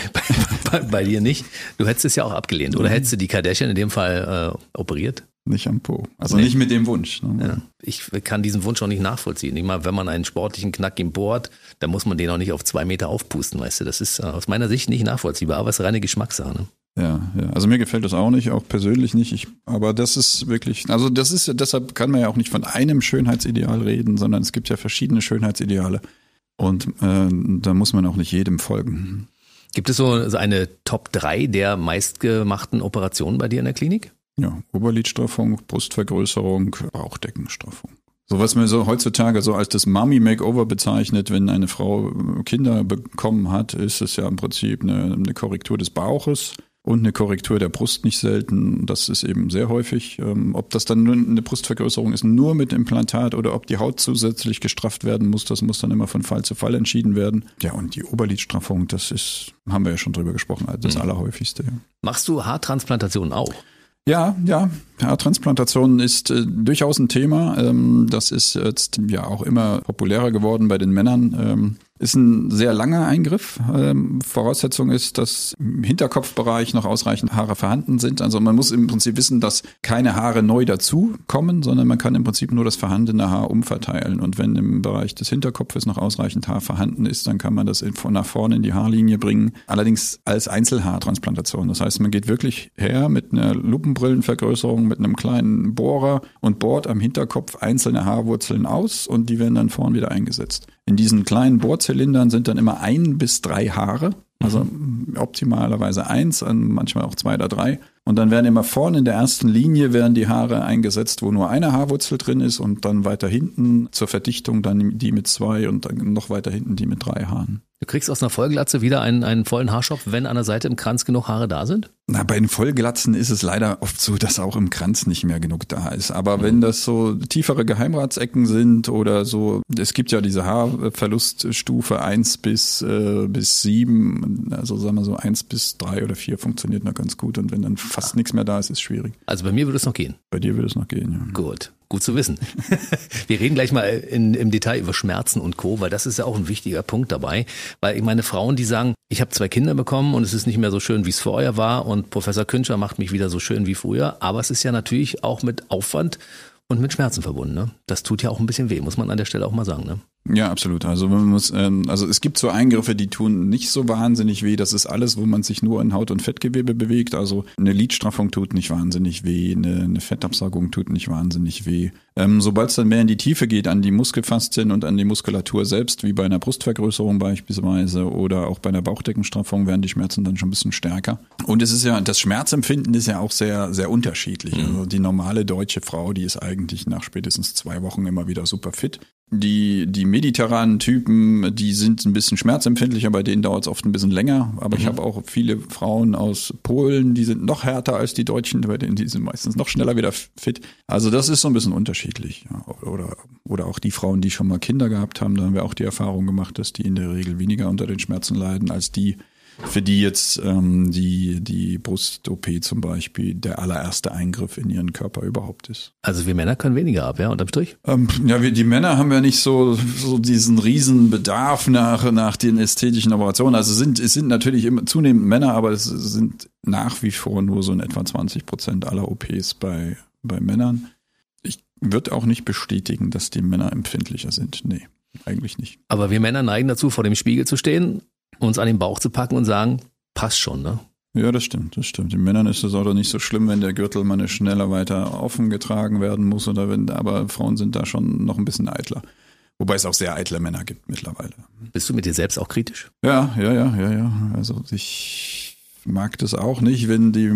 bei dir nicht. Du hättest es ja auch abgelehnt. Oder hättest du die Kardashian in dem Fall operiert? Nicht am Po. Also nicht mit dem Wunsch. Ne? Ja. Ich kann diesen Wunsch auch nicht nachvollziehen. Ich meine, wenn man einen sportlichen Knack im Po hat, dann muss man den auch nicht auf 2 Meter aufpusten, weißt du. Das ist aus meiner Sicht nicht nachvollziehbar, aber es ist reine Geschmackssache. Ne? Ja. Also mir gefällt das auch nicht, auch persönlich nicht. Aber das ist wirklich, also das ist, deshalb kann man ja auch nicht von einem Schönheitsideal reden, sondern es gibt ja verschiedene Schönheitsideale. Und da muss man auch nicht jedem folgen. Gibt es so eine Top 3 der meistgemachten Operationen bei dir in der Klinik? Ja, Oberlidstraffung, Brustvergrößerung, Bauchdeckenstraffung. So was man so heutzutage so als das Mommy-Makeover bezeichnet, wenn eine Frau Kinder bekommen hat, ist es ja im Prinzip eine Korrektur des Bauches und eine Korrektur der Brust nicht selten. Das ist eben sehr häufig. Ob das dann nur eine Brustvergrößerung ist, nur mit Implantat oder ob die Haut zusätzlich gestrafft werden muss, das muss dann immer von Fall zu Fall entschieden werden. Ja, und die Oberlidstraffung, das ist, haben wir ja schon drüber gesprochen, das Allerhäufigste. Machst du Haartransplantationen auch? Ja, Haartransplantation ist durchaus ein Thema. Das ist jetzt ja auch immer populärer geworden bei den Männern. Ist ein sehr langer Eingriff. Voraussetzung ist, dass im Hinterkopfbereich noch ausreichend Haare vorhanden sind. Also man muss im Prinzip wissen, dass keine Haare neu dazukommen, sondern man kann im Prinzip nur das vorhandene Haar umverteilen. Und wenn im Bereich des Hinterkopfes noch ausreichend Haar vorhanden ist, dann kann man das nach vorne in die Haarlinie bringen. Allerdings als Einzelhaartransplantation. Das heißt, man geht wirklich her mit einer Lupenbrillenvergrößerung, mit einem kleinen Bohrer und bohrt am Hinterkopf einzelne Haarwurzeln aus und die werden dann vorn wieder eingesetzt. In diesen kleinen Bohrzylindern sind dann immer 1 bis 3 Haare, also optimalerweise 1, manchmal auch 2 oder 3. Und dann werden immer vorne in der ersten Linie werden die Haare eingesetzt, wo nur eine Haarwurzel drin ist und dann weiter hinten zur Verdichtung dann die mit 2 und dann noch weiter hinten die mit 3 Haaren. Du kriegst aus einer Vollglatze wieder einen vollen Haarschopf, wenn an der Seite im Kranz genug Haare da sind? Na, bei den Vollglatzen ist es leider oft so, dass auch im Kranz nicht mehr genug da ist. Aber wenn das so tiefere Geheimratsecken sind oder so, es gibt ja diese Haarverluststufe 1 bis 7, also sagen wir so 1 bis 3 oder 4 funktioniert noch ganz gut. Und wenn dann fast nichts mehr da ist, ist es schwierig. Also bei mir würde es noch gehen? Bei dir würde es noch gehen, ja. Gut zu wissen. Wir reden gleich mal im Detail über Schmerzen und Co., weil das ist ja auch ein wichtiger Punkt dabei. Weil ich meine, Frauen, die sagen, ich habe 2 Kinder bekommen und es ist nicht mehr so schön, wie es vorher war und Professor Künscher macht mich wieder so schön wie früher. Aber es ist ja natürlich auch mit Aufwand und mit Schmerzen verbunden. Ne? Das tut ja auch ein bisschen weh, muss man an der Stelle auch mal sagen. Ne? Ja, absolut. Also man muss, also es gibt so Eingriffe, die tun nicht so wahnsinnig weh. Das ist alles, wo man sich nur in Haut- und Fettgewebe bewegt. Also eine Lidstraffung tut nicht wahnsinnig weh, eine Fettabsaugung tut nicht wahnsinnig weh. Sobald es dann mehr in die Tiefe geht, an die Muskelfaszien und an die Muskulatur selbst, wie bei einer Brustvergrößerung beispielsweise oder auch bei einer Bauchdeckenstraffung, werden die Schmerzen dann schon ein bisschen stärker. Und es ist ja, das Schmerzempfinden ist ja auch sehr, sehr unterschiedlich. Also die normale deutsche Frau, die ist eigentlich nach spätestens 2 Wochen immer wieder super fit. Die mediterranen Typen, die sind ein bisschen schmerzempfindlicher, bei denen dauert es oft ein bisschen länger. Aber ich habe auch viele Frauen aus Polen, die sind noch härter als die Deutschen, bei denen die sind meistens noch schneller wieder fit. Also das ist so ein bisschen unterschiedlich. Ja. Oder auch die Frauen, die schon mal Kinder gehabt haben, da haben wir auch die Erfahrung gemacht, dass die in der Regel weniger unter den Schmerzen leiden als die, für die jetzt die Brust-OP zum Beispiel der allererste Eingriff in ihren Körper überhaupt ist. Also wir Männer können weniger ab, ja, unterm Strich? Die Männer haben ja nicht so diesen riesen Bedarf nach den ästhetischen Operationen. Also es sind natürlich immer zunehmend Männer, aber es sind nach wie vor nur so in etwa 20% aller OPs bei Männern. Ich würde auch nicht bestätigen, dass die Männer empfindlicher sind. Nee, eigentlich nicht. Aber wir Männer neigen dazu, vor dem Spiegel zu stehen, uns an den Bauch zu packen und sagen, passt schon, ne? Ja, das stimmt. Den Männern ist es auch doch nicht so schlimm, wenn der Gürtel mal schneller weiter offen getragen werden muss aber Frauen sind da schon noch ein bisschen eitler. Wobei es auch sehr eitle Männer gibt mittlerweile. Bist du mit dir selbst auch kritisch? Ja. Also ich mag das auch nicht, wenn die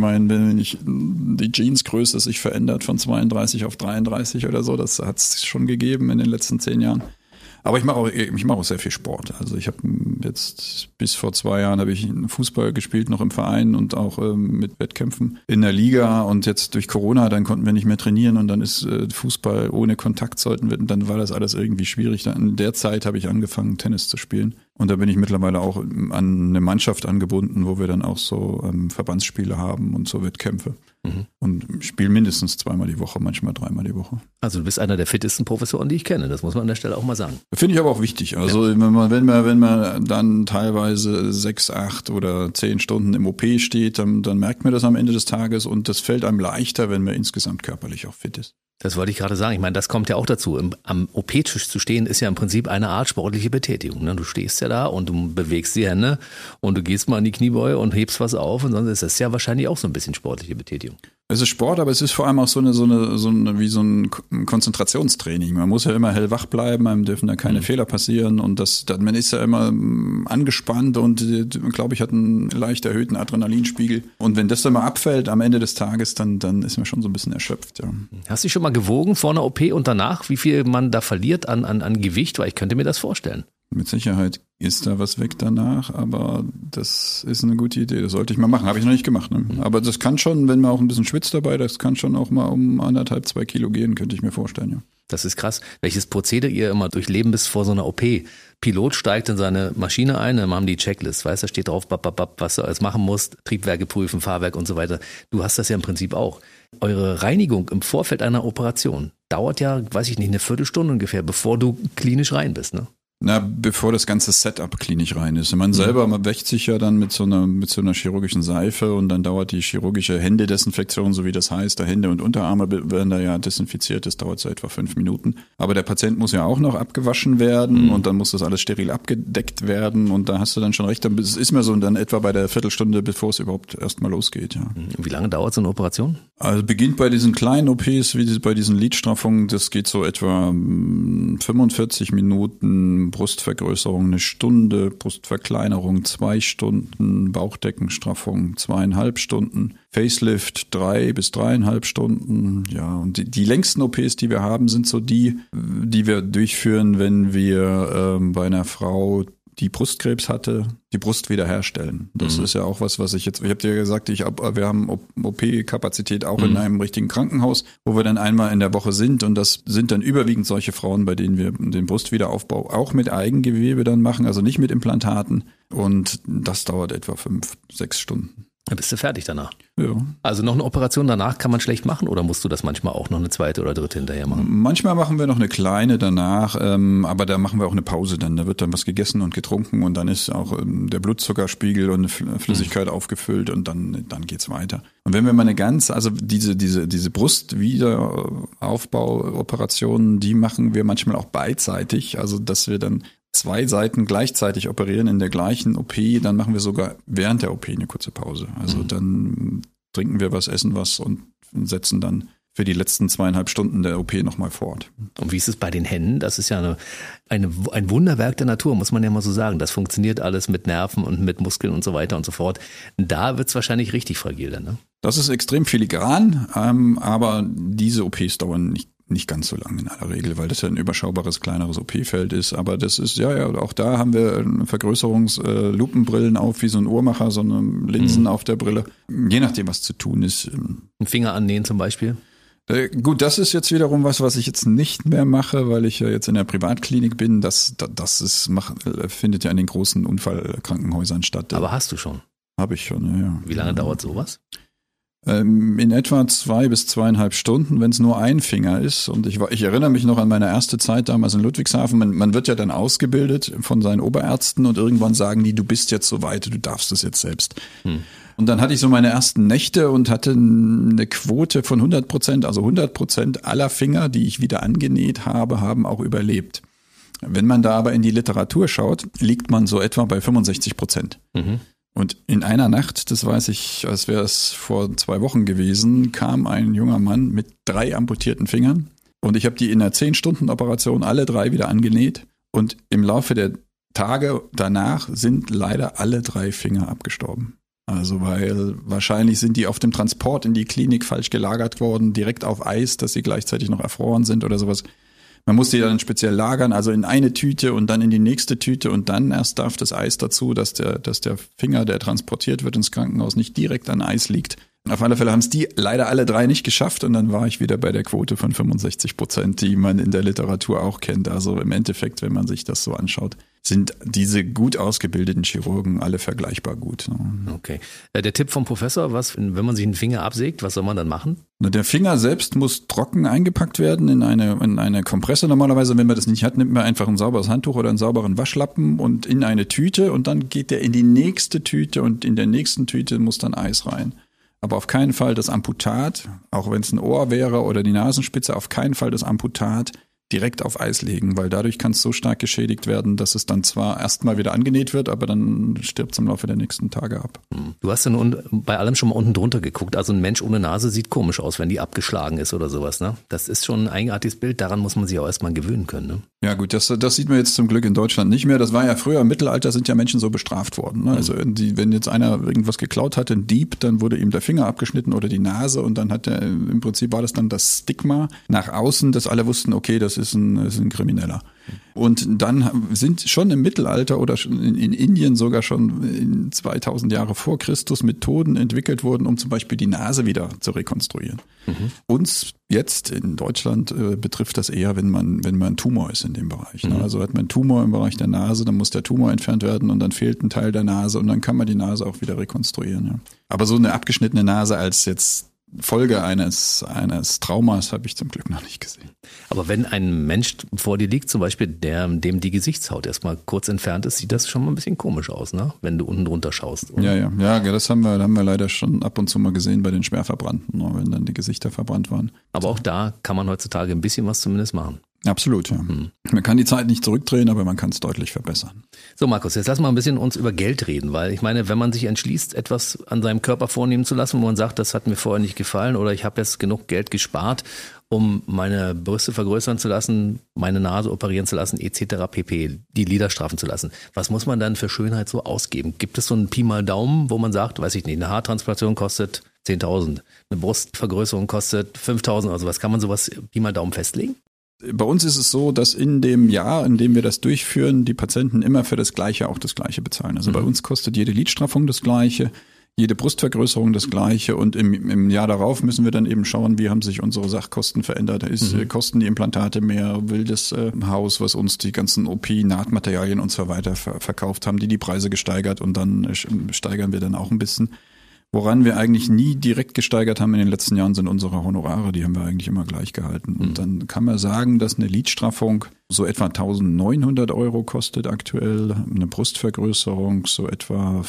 Jeansgröße sich verändert von 32 auf 33 oder so. Das hat es schon gegeben in den letzten 10 Jahren. Aber ich mache auch sehr viel Sport. Also ich habe jetzt bis vor 2 Jahren habe ich Fußball gespielt, noch im Verein und auch mit Wettkämpfen in der Liga. Und jetzt durch Corona, dann konnten wir nicht mehr trainieren und dann ist Fußball ohne Kontakt sollten wir. Und dann war das alles irgendwie schwierig. Dann in der Zeit habe ich angefangen, Tennis zu spielen. Und da bin ich mittlerweile auch an eine Mannschaft angebunden, wo wir dann auch so Verbandsspiele haben und so Wettkämpfe. Und spiele mindestens 2-mal die Woche, manchmal 3-mal die Woche. Also du bist einer der fittesten Professoren, die ich kenne. Das muss man an der Stelle auch mal sagen. Finde ich aber auch wichtig. Also wenn man dann teilweise 6, 8 oder 10 Stunden im OP steht, dann merkt man das am Ende des Tages und das fällt einem leichter, wenn man insgesamt körperlich auch fit ist. Das wollte ich gerade sagen. Ich meine, das kommt ja auch dazu. Am OP-Tisch zu stehen ist ja im Prinzip eine Art sportliche Betätigung. Du stehst ja da und du bewegst die Hände und du gehst mal in die Kniebeuge und hebst was auf und sonst ist das ja wahrscheinlich auch so ein bisschen sportliche Betätigung. Es ist Sport, aber es ist vor allem auch so ein Konzentrationstraining. Man muss ja immer hellwach bleiben, einem dürfen da keine Fehler passieren und man ist ja immer angespannt und glaube ich hat einen leicht erhöhten Adrenalinspiegel. Und wenn das dann mal abfällt am Ende des Tages, dann ist man schon so ein bisschen erschöpft. Ja. Hast du schon mal gewogen vor einer OP und danach, wie viel man da verliert an Gewicht? Weil ich könnte mir das vorstellen. Mit Sicherheit ist da was weg danach, aber das ist eine gute Idee. Das sollte ich mal machen. Habe ich noch nicht gemacht. Ne? Aber das kann schon, wenn man auch ein bisschen schwitzt dabei, das kann schon auch mal um 1,5, 2 Kilo gehen, könnte ich mir vorstellen. Ja. Das ist krass. Welches Prozedere ihr immer durchleben bis vor so einer OP? Pilot steigt in seine Maschine ein, dann haben die Checklist, weißt du, da steht drauf, was du alles machen musst, Triebwerke prüfen, Fahrwerk und so weiter. Du hast das ja im Prinzip auch. Eure Reinigung im Vorfeld einer Operation dauert ja, weiß ich nicht, eine Viertelstunde ungefähr, bevor du klinisch rein bist, ne? Na, bevor das ganze Setup klinisch rein ist. Man wäscht sich ja dann mit so einer chirurgischen Seife und dann dauert die chirurgische Händedesinfektion, so wie das heißt, der Hände und Unterarme werden da ja desinfiziert, das dauert so etwa 5 Minuten. Aber der Patient muss ja auch noch abgewaschen werden und dann muss das alles steril abgedeckt werden und da hast du dann schon recht, es ist mir so dann etwa bei der Viertelstunde, bevor es überhaupt erstmal losgeht, ja. Wie lange dauert so eine Operation? Also beginnt bei diesen kleinen OPs, wie bei diesen Lidstraffungen, das geht so etwa 45 Minuten, Brustvergrößerung 1 Stunde, Brustverkleinerung 2 Stunden, Bauchdeckenstraffung 2,5 Stunden, Facelift 3 bis 3,5 Stunden. Ja, und die längsten OPs, die wir haben, sind so die wir durchführen, wenn wir bei einer Frau, die Brustkrebs hatte, die Brust wiederherstellen. Das ist ja auch was ich habe dir gesagt, wir haben OP-Kapazität auch in einem richtigen Krankenhaus, wo wir dann einmal in der Woche sind und das sind dann überwiegend solche Frauen, bei denen wir den Brustwiederaufbau auch mit Eigengewebe dann machen, also nicht mit Implantaten und das dauert etwa 5, 6 Stunden. Dann bist du fertig danach. Ja. Also noch eine Operation danach kann man schlecht machen oder musst du das manchmal auch noch eine zweite oder dritte hinterher machen? Manchmal machen wir noch eine kleine danach, aber da machen wir auch eine Pause dann. Da wird dann was gegessen und getrunken und dann ist auch der Blutzuckerspiegel und eine Flüssigkeit aufgefüllt und dann geht's weiter. Und wenn wir mal diese Brustwiederaufbauoperationen, die machen wir manchmal auch beidseitig, also dass wir dann 2 Seiten gleichzeitig operieren in der gleichen OP, dann machen wir sogar während der OP eine kurze Pause. Also dann trinken wir was, essen was und setzen dann für die letzten 2,5 Stunden der OP nochmal fort. Und wie ist es bei den Händen? Das ist ja ein Wunderwerk der Natur, muss man ja mal so sagen. Das funktioniert alles mit Nerven und mit Muskeln und so weiter und so fort. Da wird's wahrscheinlich richtig fragil dann, ne? Das ist extrem filigran, aber diese OPs dauern nicht ganz so lang in aller Regel, weil das ja ein überschaubares, kleineres OP-Feld ist. Aber das ist, ja, auch da haben wir Vergrößerungslupenbrillen auf, wie so ein Uhrmacher, so eine Linsen auf der Brille. Je nachdem, was zu tun ist. Ein Finger annähen zum Beispiel? Gut, das ist jetzt wiederum was ich jetzt nicht mehr mache, weil ich ja jetzt in der Privatklinik bin. Das findet ja in den großen Unfallkrankenhäusern statt. Aber hast du schon? Habe ich schon, ja. Wie lange dauert sowas? In etwa 2 bis 2,5 Stunden, wenn es nur ein Finger ist. Und ich erinnere mich noch an meine erste Zeit damals in Ludwigshafen. Man wird ja dann ausgebildet von seinen Oberärzten und irgendwann sagen die, du bist jetzt so weit, du darfst es jetzt selbst. Und dann hatte ich so meine ersten Nächte und hatte eine Quote von 100%, also 100% aller Finger, die ich wieder angenäht habe, haben auch überlebt. Wenn man da aber in die Literatur schaut, liegt man so etwa bei 65%. Und in einer Nacht, das weiß ich, als wäre es vor 2 Wochen gewesen, kam ein junger Mann mit 3 amputierten Fingern. Und ich habe die in einer 10-Stunden-Operation alle 3 wieder angenäht. Und im Laufe der Tage danach sind leider alle 3 Finger abgestorben. Also weil wahrscheinlich sind die auf dem Transport in die Klinik falsch gelagert worden, direkt auf Eis, dass sie gleichzeitig noch erfroren sind oder sowas. Man muss die dann speziell lagern, also in eine Tüte und dann in die nächste Tüte und dann erst darf das Eis dazu, dass der Finger, der transportiert wird ins Krankenhaus, nicht direkt an Eis liegt. Auf alle Fälle haben es die leider alle 3 nicht geschafft und dann war ich wieder bei der Quote von 65%, die man in der Literatur auch kennt. Also im Endeffekt, wenn man sich das so anschaut, sind diese gut ausgebildeten Chirurgen alle vergleichbar gut. Okay. Der Tipp vom Professor, wenn man sich einen Finger absägt, was soll man dann machen? Der Finger selbst muss trocken eingepackt werden in eine Kompresse. Normalerweise, wenn man das nicht hat, nimmt man einfach ein sauberes Handtuch oder einen sauberen Waschlappen und in eine Tüte und dann geht der in die nächste Tüte und in der nächsten Tüte muss dann Eis rein. Aber auf keinen Fall das Amputat, auch wenn es ein Ohr wäre oder die Nasenspitze, auf keinen Fall das Amputat direkt auf Eis legen, weil dadurch kann es so stark geschädigt werden, dass es dann zwar erstmal wieder angenäht wird, aber dann stirbt es im Laufe der nächsten Tage ab. Du hast dann bei allem schon mal unten drunter geguckt. Also ein Mensch ohne Nase sieht komisch aus, wenn die abgeschlagen ist oder sowas. Ne? Das ist schon ein eigenartiges Bild, daran muss man sich auch erstmal gewöhnen können. Ne? Ja gut, das sieht man jetzt zum Glück in Deutschland nicht mehr. Das war ja früher, im Mittelalter sind ja Menschen so bestraft worden. Ne? Also wenn jetzt einer irgendwas geklaut hat, ein Dieb, dann wurde ihm der Finger abgeschnitten oder die Nase und dann im Prinzip war das dann das Stigma nach außen, dass alle wussten, okay, das ist ein Krimineller. Und dann sind schon im Mittelalter oder schon in Indien sogar schon in 2000 Jahre vor Christus Methoden entwickelt worden, um zum Beispiel die Nase wieder zu rekonstruieren. Uns jetzt in Deutschland betrifft das eher, wenn man ein Tumor ist in dem Bereich. Ne? Also hat man einen Tumor im Bereich der Nase, dann muss der Tumor entfernt werden und dann fehlt ein Teil der Nase und dann kann man die Nase auch wieder rekonstruieren. Ja. Aber so eine abgeschnittene Nase als jetzt Folge eines Traumas habe ich zum Glück noch nicht gesehen. Aber wenn ein Mensch vor dir liegt, zum Beispiel dem die Gesichtshaut erstmal kurz entfernt ist, sieht das schon mal ein bisschen komisch aus, ne? Wenn du unten drunter schaust. Oder? Ja, das haben wir leider schon ab und zu mal gesehen bei den Schwerverbrannten, wenn dann die Gesichter verbrannt waren. Aber auch da kann man heutzutage ein bisschen was zumindest machen. Absolut, ja. Man kann die Zeit nicht zurückdrehen, aber man kann es deutlich verbessern. So Markus, jetzt lass mal ein bisschen uns über Geld reden, weil ich meine, wenn man sich entschließt, etwas an seinem Körper vornehmen zu lassen, wo man sagt, das hat mir vorher nicht gefallen oder ich habe jetzt genug Geld gespart, um meine Brüste vergrößern zu lassen, meine Nase operieren zu lassen, etc. pp, die Lider straffen zu lassen. Was muss man dann für Schönheit so ausgeben? Gibt es so einen Pi mal Daumen, wo man sagt, weiß ich nicht, eine Haartransplantation kostet 10.000, eine Brustvergrößerung kostet 5.000 oder sowas. Kann man sowas Pi mal Daumen festlegen? Bei uns ist es so, dass in dem Jahr, in dem wir das durchführen, die Patienten immer für das Gleiche auch das Gleiche bezahlen. Also bei uns kostet jede Lidstraffung das Gleiche, jede Brustvergrößerung das Gleiche und im Jahr darauf müssen wir dann eben schauen, wie haben sich unsere Sachkosten verändert. Kosten die Implantate mehr, will das Haus, was uns die ganzen OP-Nahtmaterialien und so weiter verkauft haben, die Preise gesteigert und dann steigern wir dann auch ein bisschen. Woran wir eigentlich nie direkt gesteigert haben in den letzten Jahren, sind unsere Honorare. Die haben wir eigentlich immer gleich gehalten. Und dann kann man sagen, dass eine Lidstraffung so etwa 1.900 € kostet aktuell, eine Brustvergrößerung so etwa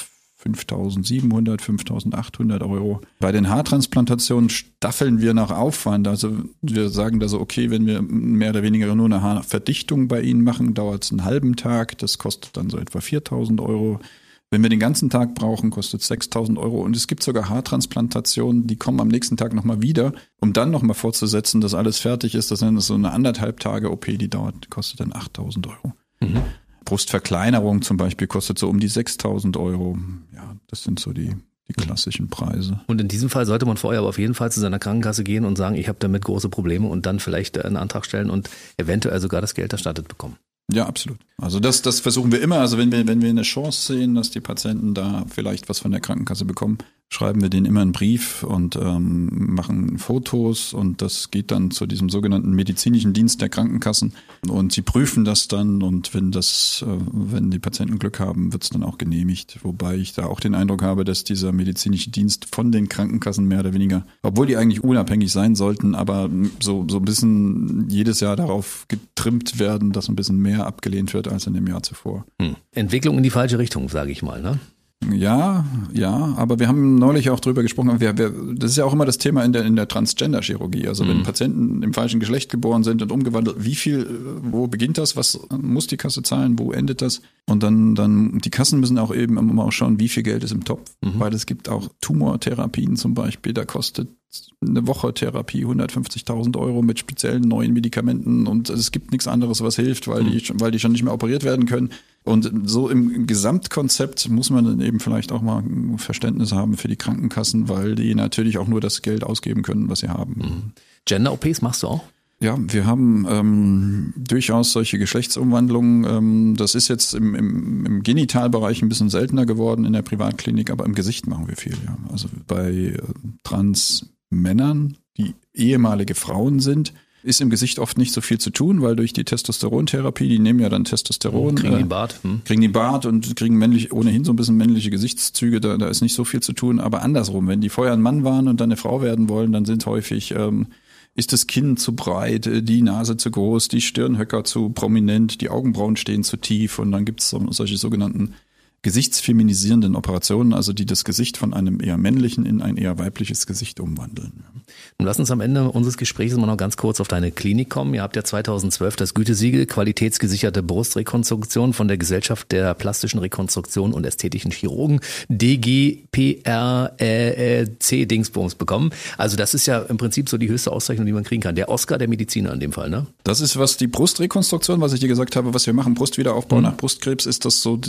5.700, 5.800 €. Bei den Haartransplantationen staffeln wir nach Aufwand. Also wir sagen da so, okay, wenn wir mehr oder weniger nur eine Haarverdichtung bei Ihnen machen, dauert es einen halben Tag. Das kostet dann so etwa 4.000 €. Wenn wir den ganzen Tag brauchen, kostet es 6.000 €. Und es gibt sogar Haartransplantationen, die kommen am nächsten Tag nochmal wieder, um dann nochmal fortzusetzen, dass alles fertig ist. Das ist so eine 1,5 Tage OP, die kostet dann 8.000 €. Brustverkleinerung zum Beispiel kostet so um die 6.000 €. Ja, das sind so die klassischen Preise. Und in diesem Fall sollte man vorher aber auf jeden Fall zu seiner Krankenkasse gehen und sagen, ich habe damit große Probleme und dann vielleicht einen Antrag stellen und eventuell sogar das Geld erstattet bekommen. Ja, absolut. Also das versuchen wir immer. Also wenn wir eine Chance sehen, dass die Patienten da vielleicht was von der Krankenkasse bekommen, schreiben wir denen immer einen Brief und machen Fotos und das geht dann zu diesem sogenannten medizinischen Dienst der Krankenkassen und sie prüfen das dann und wenn die Patienten Glück haben, wird es dann auch genehmigt. Wobei ich da auch den Eindruck habe, dass dieser medizinische Dienst von den Krankenkassen mehr oder weniger, obwohl die eigentlich unabhängig sein sollten, aber so ein bisschen jedes Jahr darauf getrimmt werden, dass ein bisschen mehr abgelehnt wird als in dem Jahr zuvor. Entwicklung in die falsche Richtung, sage ich mal, ne? Ja, aber wir haben neulich auch drüber gesprochen, das ist ja auch immer das Thema in der Transgender-Chirurgie. Also wenn Patienten im falschen Geschlecht geboren sind und umgewandelt, wo beginnt das, was muss die Kasse zahlen, wo endet das? Und dann die Kassen müssen auch eben immer auch schauen, wie viel Geld ist im Topf. Weil es gibt auch Tumortherapien zum Beispiel, da kostet eine Woche Therapie 150.000 € mit speziellen neuen Medikamenten und es gibt nichts anderes, was hilft, weil die schon nicht mehr operiert werden können. Und so im Gesamtkonzept muss man dann eben vielleicht auch mal ein Verständnis haben für die Krankenkassen, weil die natürlich auch nur das Geld ausgeben können, was sie haben. Gender-OPs machst du auch? Ja, wir haben durchaus solche Geschlechtsumwandlungen. Das ist jetzt im Genitalbereich ein bisschen seltener geworden in der Privatklinik, aber im Gesicht machen wir viel. Ja. Also bei Trans-Männern, die ehemalige Frauen sind, ist im Gesicht oft nicht so viel zu tun, weil durch die Testosterontherapie, die nehmen ja dann Testosteron. Kriegen den Bart. Kriegen den Bart und kriegen ohnehin so ein bisschen männliche Gesichtszüge, da ist nicht so viel zu tun. Aber andersrum, wenn die vorher ein Mann waren und dann eine Frau werden wollen, dann sind häufig, ist das Kinn zu breit, die Nase zu groß, die Stirnhöcker zu prominent, die Augenbrauen stehen zu tief und dann gibt es solche sogenannten gesichtsfeminisierenden Operationen, also die das Gesicht von einem eher männlichen in ein eher weibliches Gesicht umwandeln. Und lass uns am Ende unseres Gesprächs mal noch ganz kurz auf deine Klinik kommen. Ihr habt ja 2012 das Gütesiegel qualitätsgesicherte Brustrekonstruktion von der Gesellschaft der plastischen Rekonstruktion und ästhetischen Chirurgen DGPRC Dingsbums bekommen. Also das ist ja im Prinzip so die höchste Auszeichnung, die man kriegen kann. Der Oscar der Mediziner in dem Fall, ne? Das ist was die Brustrekonstruktion, was ich dir gesagt habe, was wir machen, Brustwiederaufbau nach Brustkrebs, ist das so,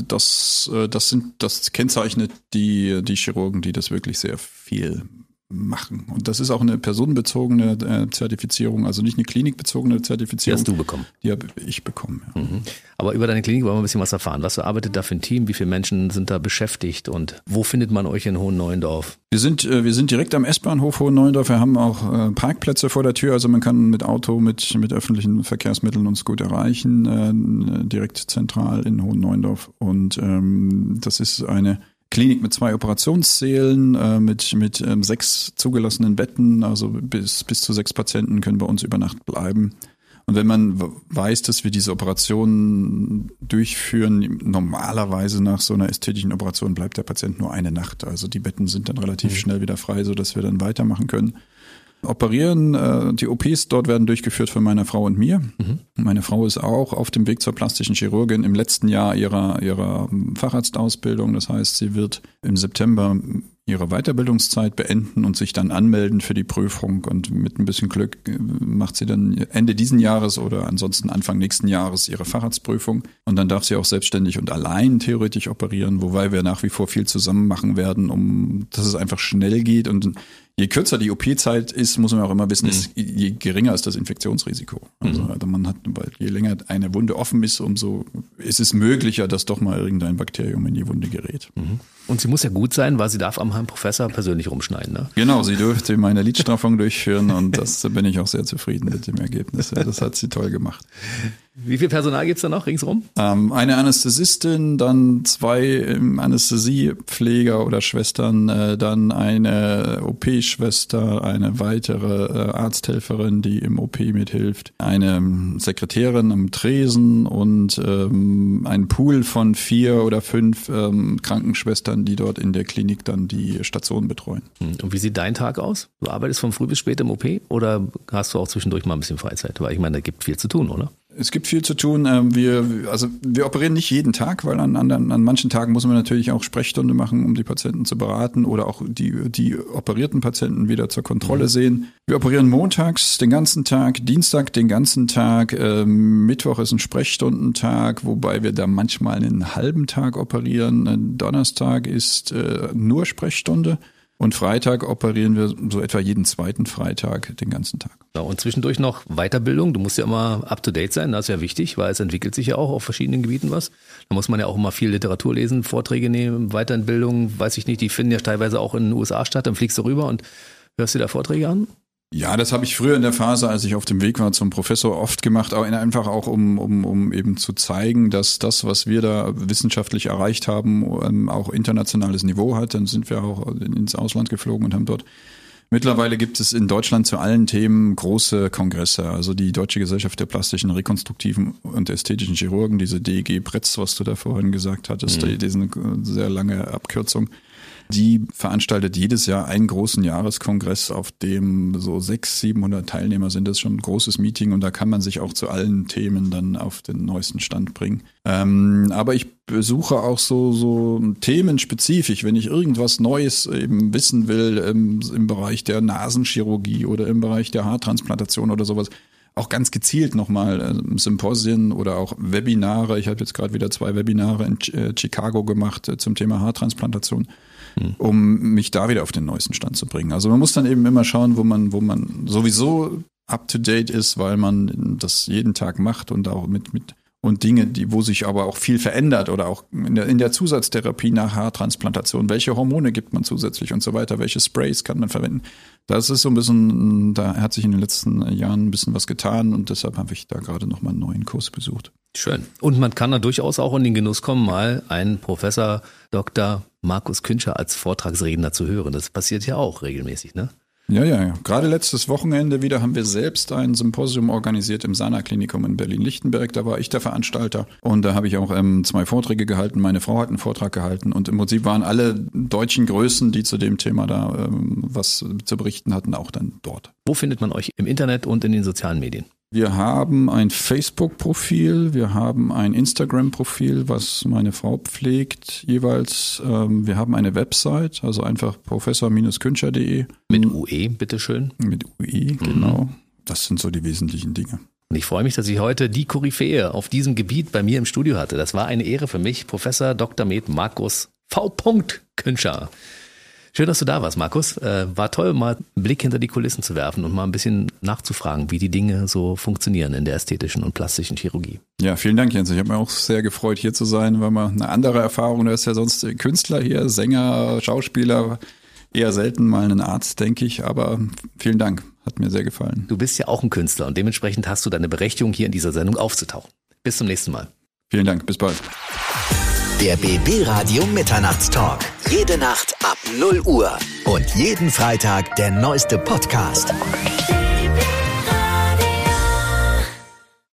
das kennzeichnet die Chirurgen, die das wirklich sehr viel machen. Und das ist auch eine personenbezogene Zertifizierung, also nicht eine klinikbezogene Zertifizierung. Die hast du bekommen. Die habe ich bekommen, ja. Aber über deine Klinik wollen wir ein bisschen was erfahren. Was arbeitet da für ein Team? Wie viele Menschen sind da beschäftigt? Und wo findet man euch in Hohenneuendorf? Wir sind direkt am S-Bahnhof Hohenneuendorf. Wir haben auch Parkplätze vor der Tür. Also man kann mit Auto, mit öffentlichen Verkehrsmitteln uns gut erreichen. Direkt zentral in Hohenneuendorf. Und das ist eine Klinik mit 2 Operationssälen, mit 6 zugelassenen Betten, also bis zu 6 Patienten können bei uns über Nacht bleiben. Und wenn man weiß, dass wir diese Operationen durchführen, normalerweise nach so einer ästhetischen Operation bleibt der Patient nur eine Nacht. Also die Betten sind dann relativ schnell wieder frei, sodass wir dann weitermachen können. Operieren, die OPs dort werden durchgeführt von meiner Frau und mir. Meine Frau ist auch auf dem Weg zur plastischen Chirurgin im letzten Jahr ihrer Facharztausbildung. Das heißt, sie wird im September ihre Weiterbildungszeit beenden und sich dann anmelden für die Prüfung. Und mit ein bisschen Glück macht sie dann Ende diesen Jahres oder ansonsten Anfang nächsten Jahres ihre Facharztprüfung. Und dann darf sie auch selbstständig und allein theoretisch operieren, wobei wir nach wie vor viel zusammen machen werden, dass es einfach schnell geht. Und je kürzer die OP-Zeit ist, muss man auch immer wissen, je geringer ist das Infektionsrisiko. Also weil je länger eine Wunde offen ist, umso ist es möglicher, dass doch mal irgendein Bakterium in die Wunde gerät. Und sie muss ja gut sein, weil sie darf am Herrn Professor persönlich rumschneiden, ne? Genau, sie dürfte meine Lidstraffung durchführen und da bin ich auch sehr zufrieden mit dem Ergebnis. Das hat sie toll gemacht. Wie viel Personal gibt's da noch ringsrum? Eine Anästhesistin, dann 2 Anästhesiepfleger oder Schwestern, dann eine OP-Schwester, eine weitere Arzthelferin, die im OP mithilft, eine Sekretärin am Tresen und ein Pool von 4 oder 5 Krankenschwestern, die dort in der Klinik dann die Station betreuen. Und wie sieht dein Tag aus? Du arbeitest von früh bis spät im OP oder hast du auch zwischendurch mal ein bisschen Freizeit? Weil ich meine, da gibt viel zu tun, oder? Es gibt viel zu tun. Wir operieren nicht jeden Tag, weil an manchen Tagen muss man natürlich auch Sprechstunde machen, um die Patienten zu beraten oder auch die operierten Patienten wieder zur Kontrolle sehen. Wir operieren montags den ganzen Tag, Dienstag den ganzen Tag, Mittwoch ist ein Sprechstundentag, wobei wir da manchmal einen halben Tag operieren. Donnerstag ist nur Sprechstunde. Und Freitag operieren wir so etwa jeden 2. Freitag den ganzen Tag. Ja, und zwischendurch noch Weiterbildung. Du musst ja immer up-to-date sein, das ist ja wichtig, weil es entwickelt sich ja auch auf verschiedenen Gebieten was. Da muss man ja auch immer viel Literatur lesen, Vorträge nehmen, Weiterbildung, weiß ich nicht, die finden ja teilweise auch in den USA statt. Dann fliegst du rüber und hörst dir da Vorträge an? Ja, das habe ich früher in der Phase, als ich auf dem Weg war zum Professor, oft gemacht, einfach auch um eben zu zeigen, dass das, was wir da wissenschaftlich erreicht haben, auch internationales Niveau hat. Dann sind wir auch ins Ausland geflogen und haben dort. Mittlerweile gibt es in Deutschland zu allen Themen große Kongresse. Also die Deutsche Gesellschaft der plastischen, rekonstruktiven und ästhetischen Chirurgen, diese DG Pretz, was du da vorhin gesagt hattest, die ist eine sehr lange Abkürzung. Die veranstaltet jedes Jahr einen großen Jahreskongress, auf dem so 600-700 Teilnehmer sind. Das ist schon ein großes Meeting und da kann man sich auch zu allen Themen dann auf den neuesten Stand bringen. Aber ich besuche auch so themenspezifisch, wenn ich irgendwas Neues eben wissen will im Bereich der Nasenchirurgie oder im Bereich der Haartransplantation oder sowas. Auch ganz gezielt nochmal Symposien oder auch Webinare. Ich habe jetzt gerade wieder 2 Webinare in Chicago gemacht zum Thema Haartransplantation, um mich da wieder auf den neuesten Stand zu bringen. Also man muss dann eben immer schauen, wo man sowieso up to date ist, weil man das jeden Tag macht und auch mit und Dinge, wo sich aber auch viel verändert oder auch in der Zusatztherapie nach Haartransplantation. Welche Hormone gibt man zusätzlich und so weiter? Welche Sprays kann man verwenden? Das ist so ein bisschen, da hat sich in den letzten Jahren ein bisschen was getan und deshalb habe ich da gerade nochmal einen neuen Kurs besucht. Schön. Und man kann da durchaus auch in den Genuss kommen, mal einen Professor Dr. Markus Küntscher als Vortragsredner zu hören. Das passiert ja auch regelmäßig, ne? Ja. Gerade letztes Wochenende wieder haben wir selbst ein Symposium organisiert im Sana-Klinikum in Berlin-Lichtenberg. Da war ich der Veranstalter und da habe ich auch 2 Vorträge gehalten. Meine Frau hat einen Vortrag gehalten und im Prinzip waren alle deutschen Größen, die zu dem Thema da was zu berichten hatten, auch dann dort. Wo findet man euch? Im Internet und in den sozialen Medien? Wir haben ein Facebook-Profil, wir haben ein Instagram-Profil, was meine Frau pflegt jeweils. Wir haben eine Website, also einfach professor-küntscher.de. Mit UE, bitteschön. Mit UE, genau. Das sind so die wesentlichen Dinge. Und ich freue mich, dass ich heute die Koryphäe auf diesem Gebiet bei mir im Studio hatte. Das war eine Ehre für mich, Professor Dr. Med. Markus V. Küntscher. Schön, dass du da warst, Markus. War toll, mal einen Blick hinter die Kulissen zu werfen und mal ein bisschen nachzufragen, wie die Dinge so funktionieren in der ästhetischen und plastischen Chirurgie. Ja, vielen Dank, Jens. Ich habe mich auch sehr gefreut, hier zu sein, weil man eine andere Erfahrung, du hast ja sonst Künstler hier, Sänger, Schauspieler, eher selten mal einen Arzt, denke ich, aber vielen Dank, hat mir sehr gefallen. Du bist ja auch ein Künstler und dementsprechend hast du deine Berechtigung, hier in dieser Sendung aufzutauchen. Bis zum nächsten Mal. Vielen Dank, bis bald. Der BB Radio Mitternachtstalk. Jede Nacht ab 0 Uhr. Und jeden Freitag der neueste Podcast.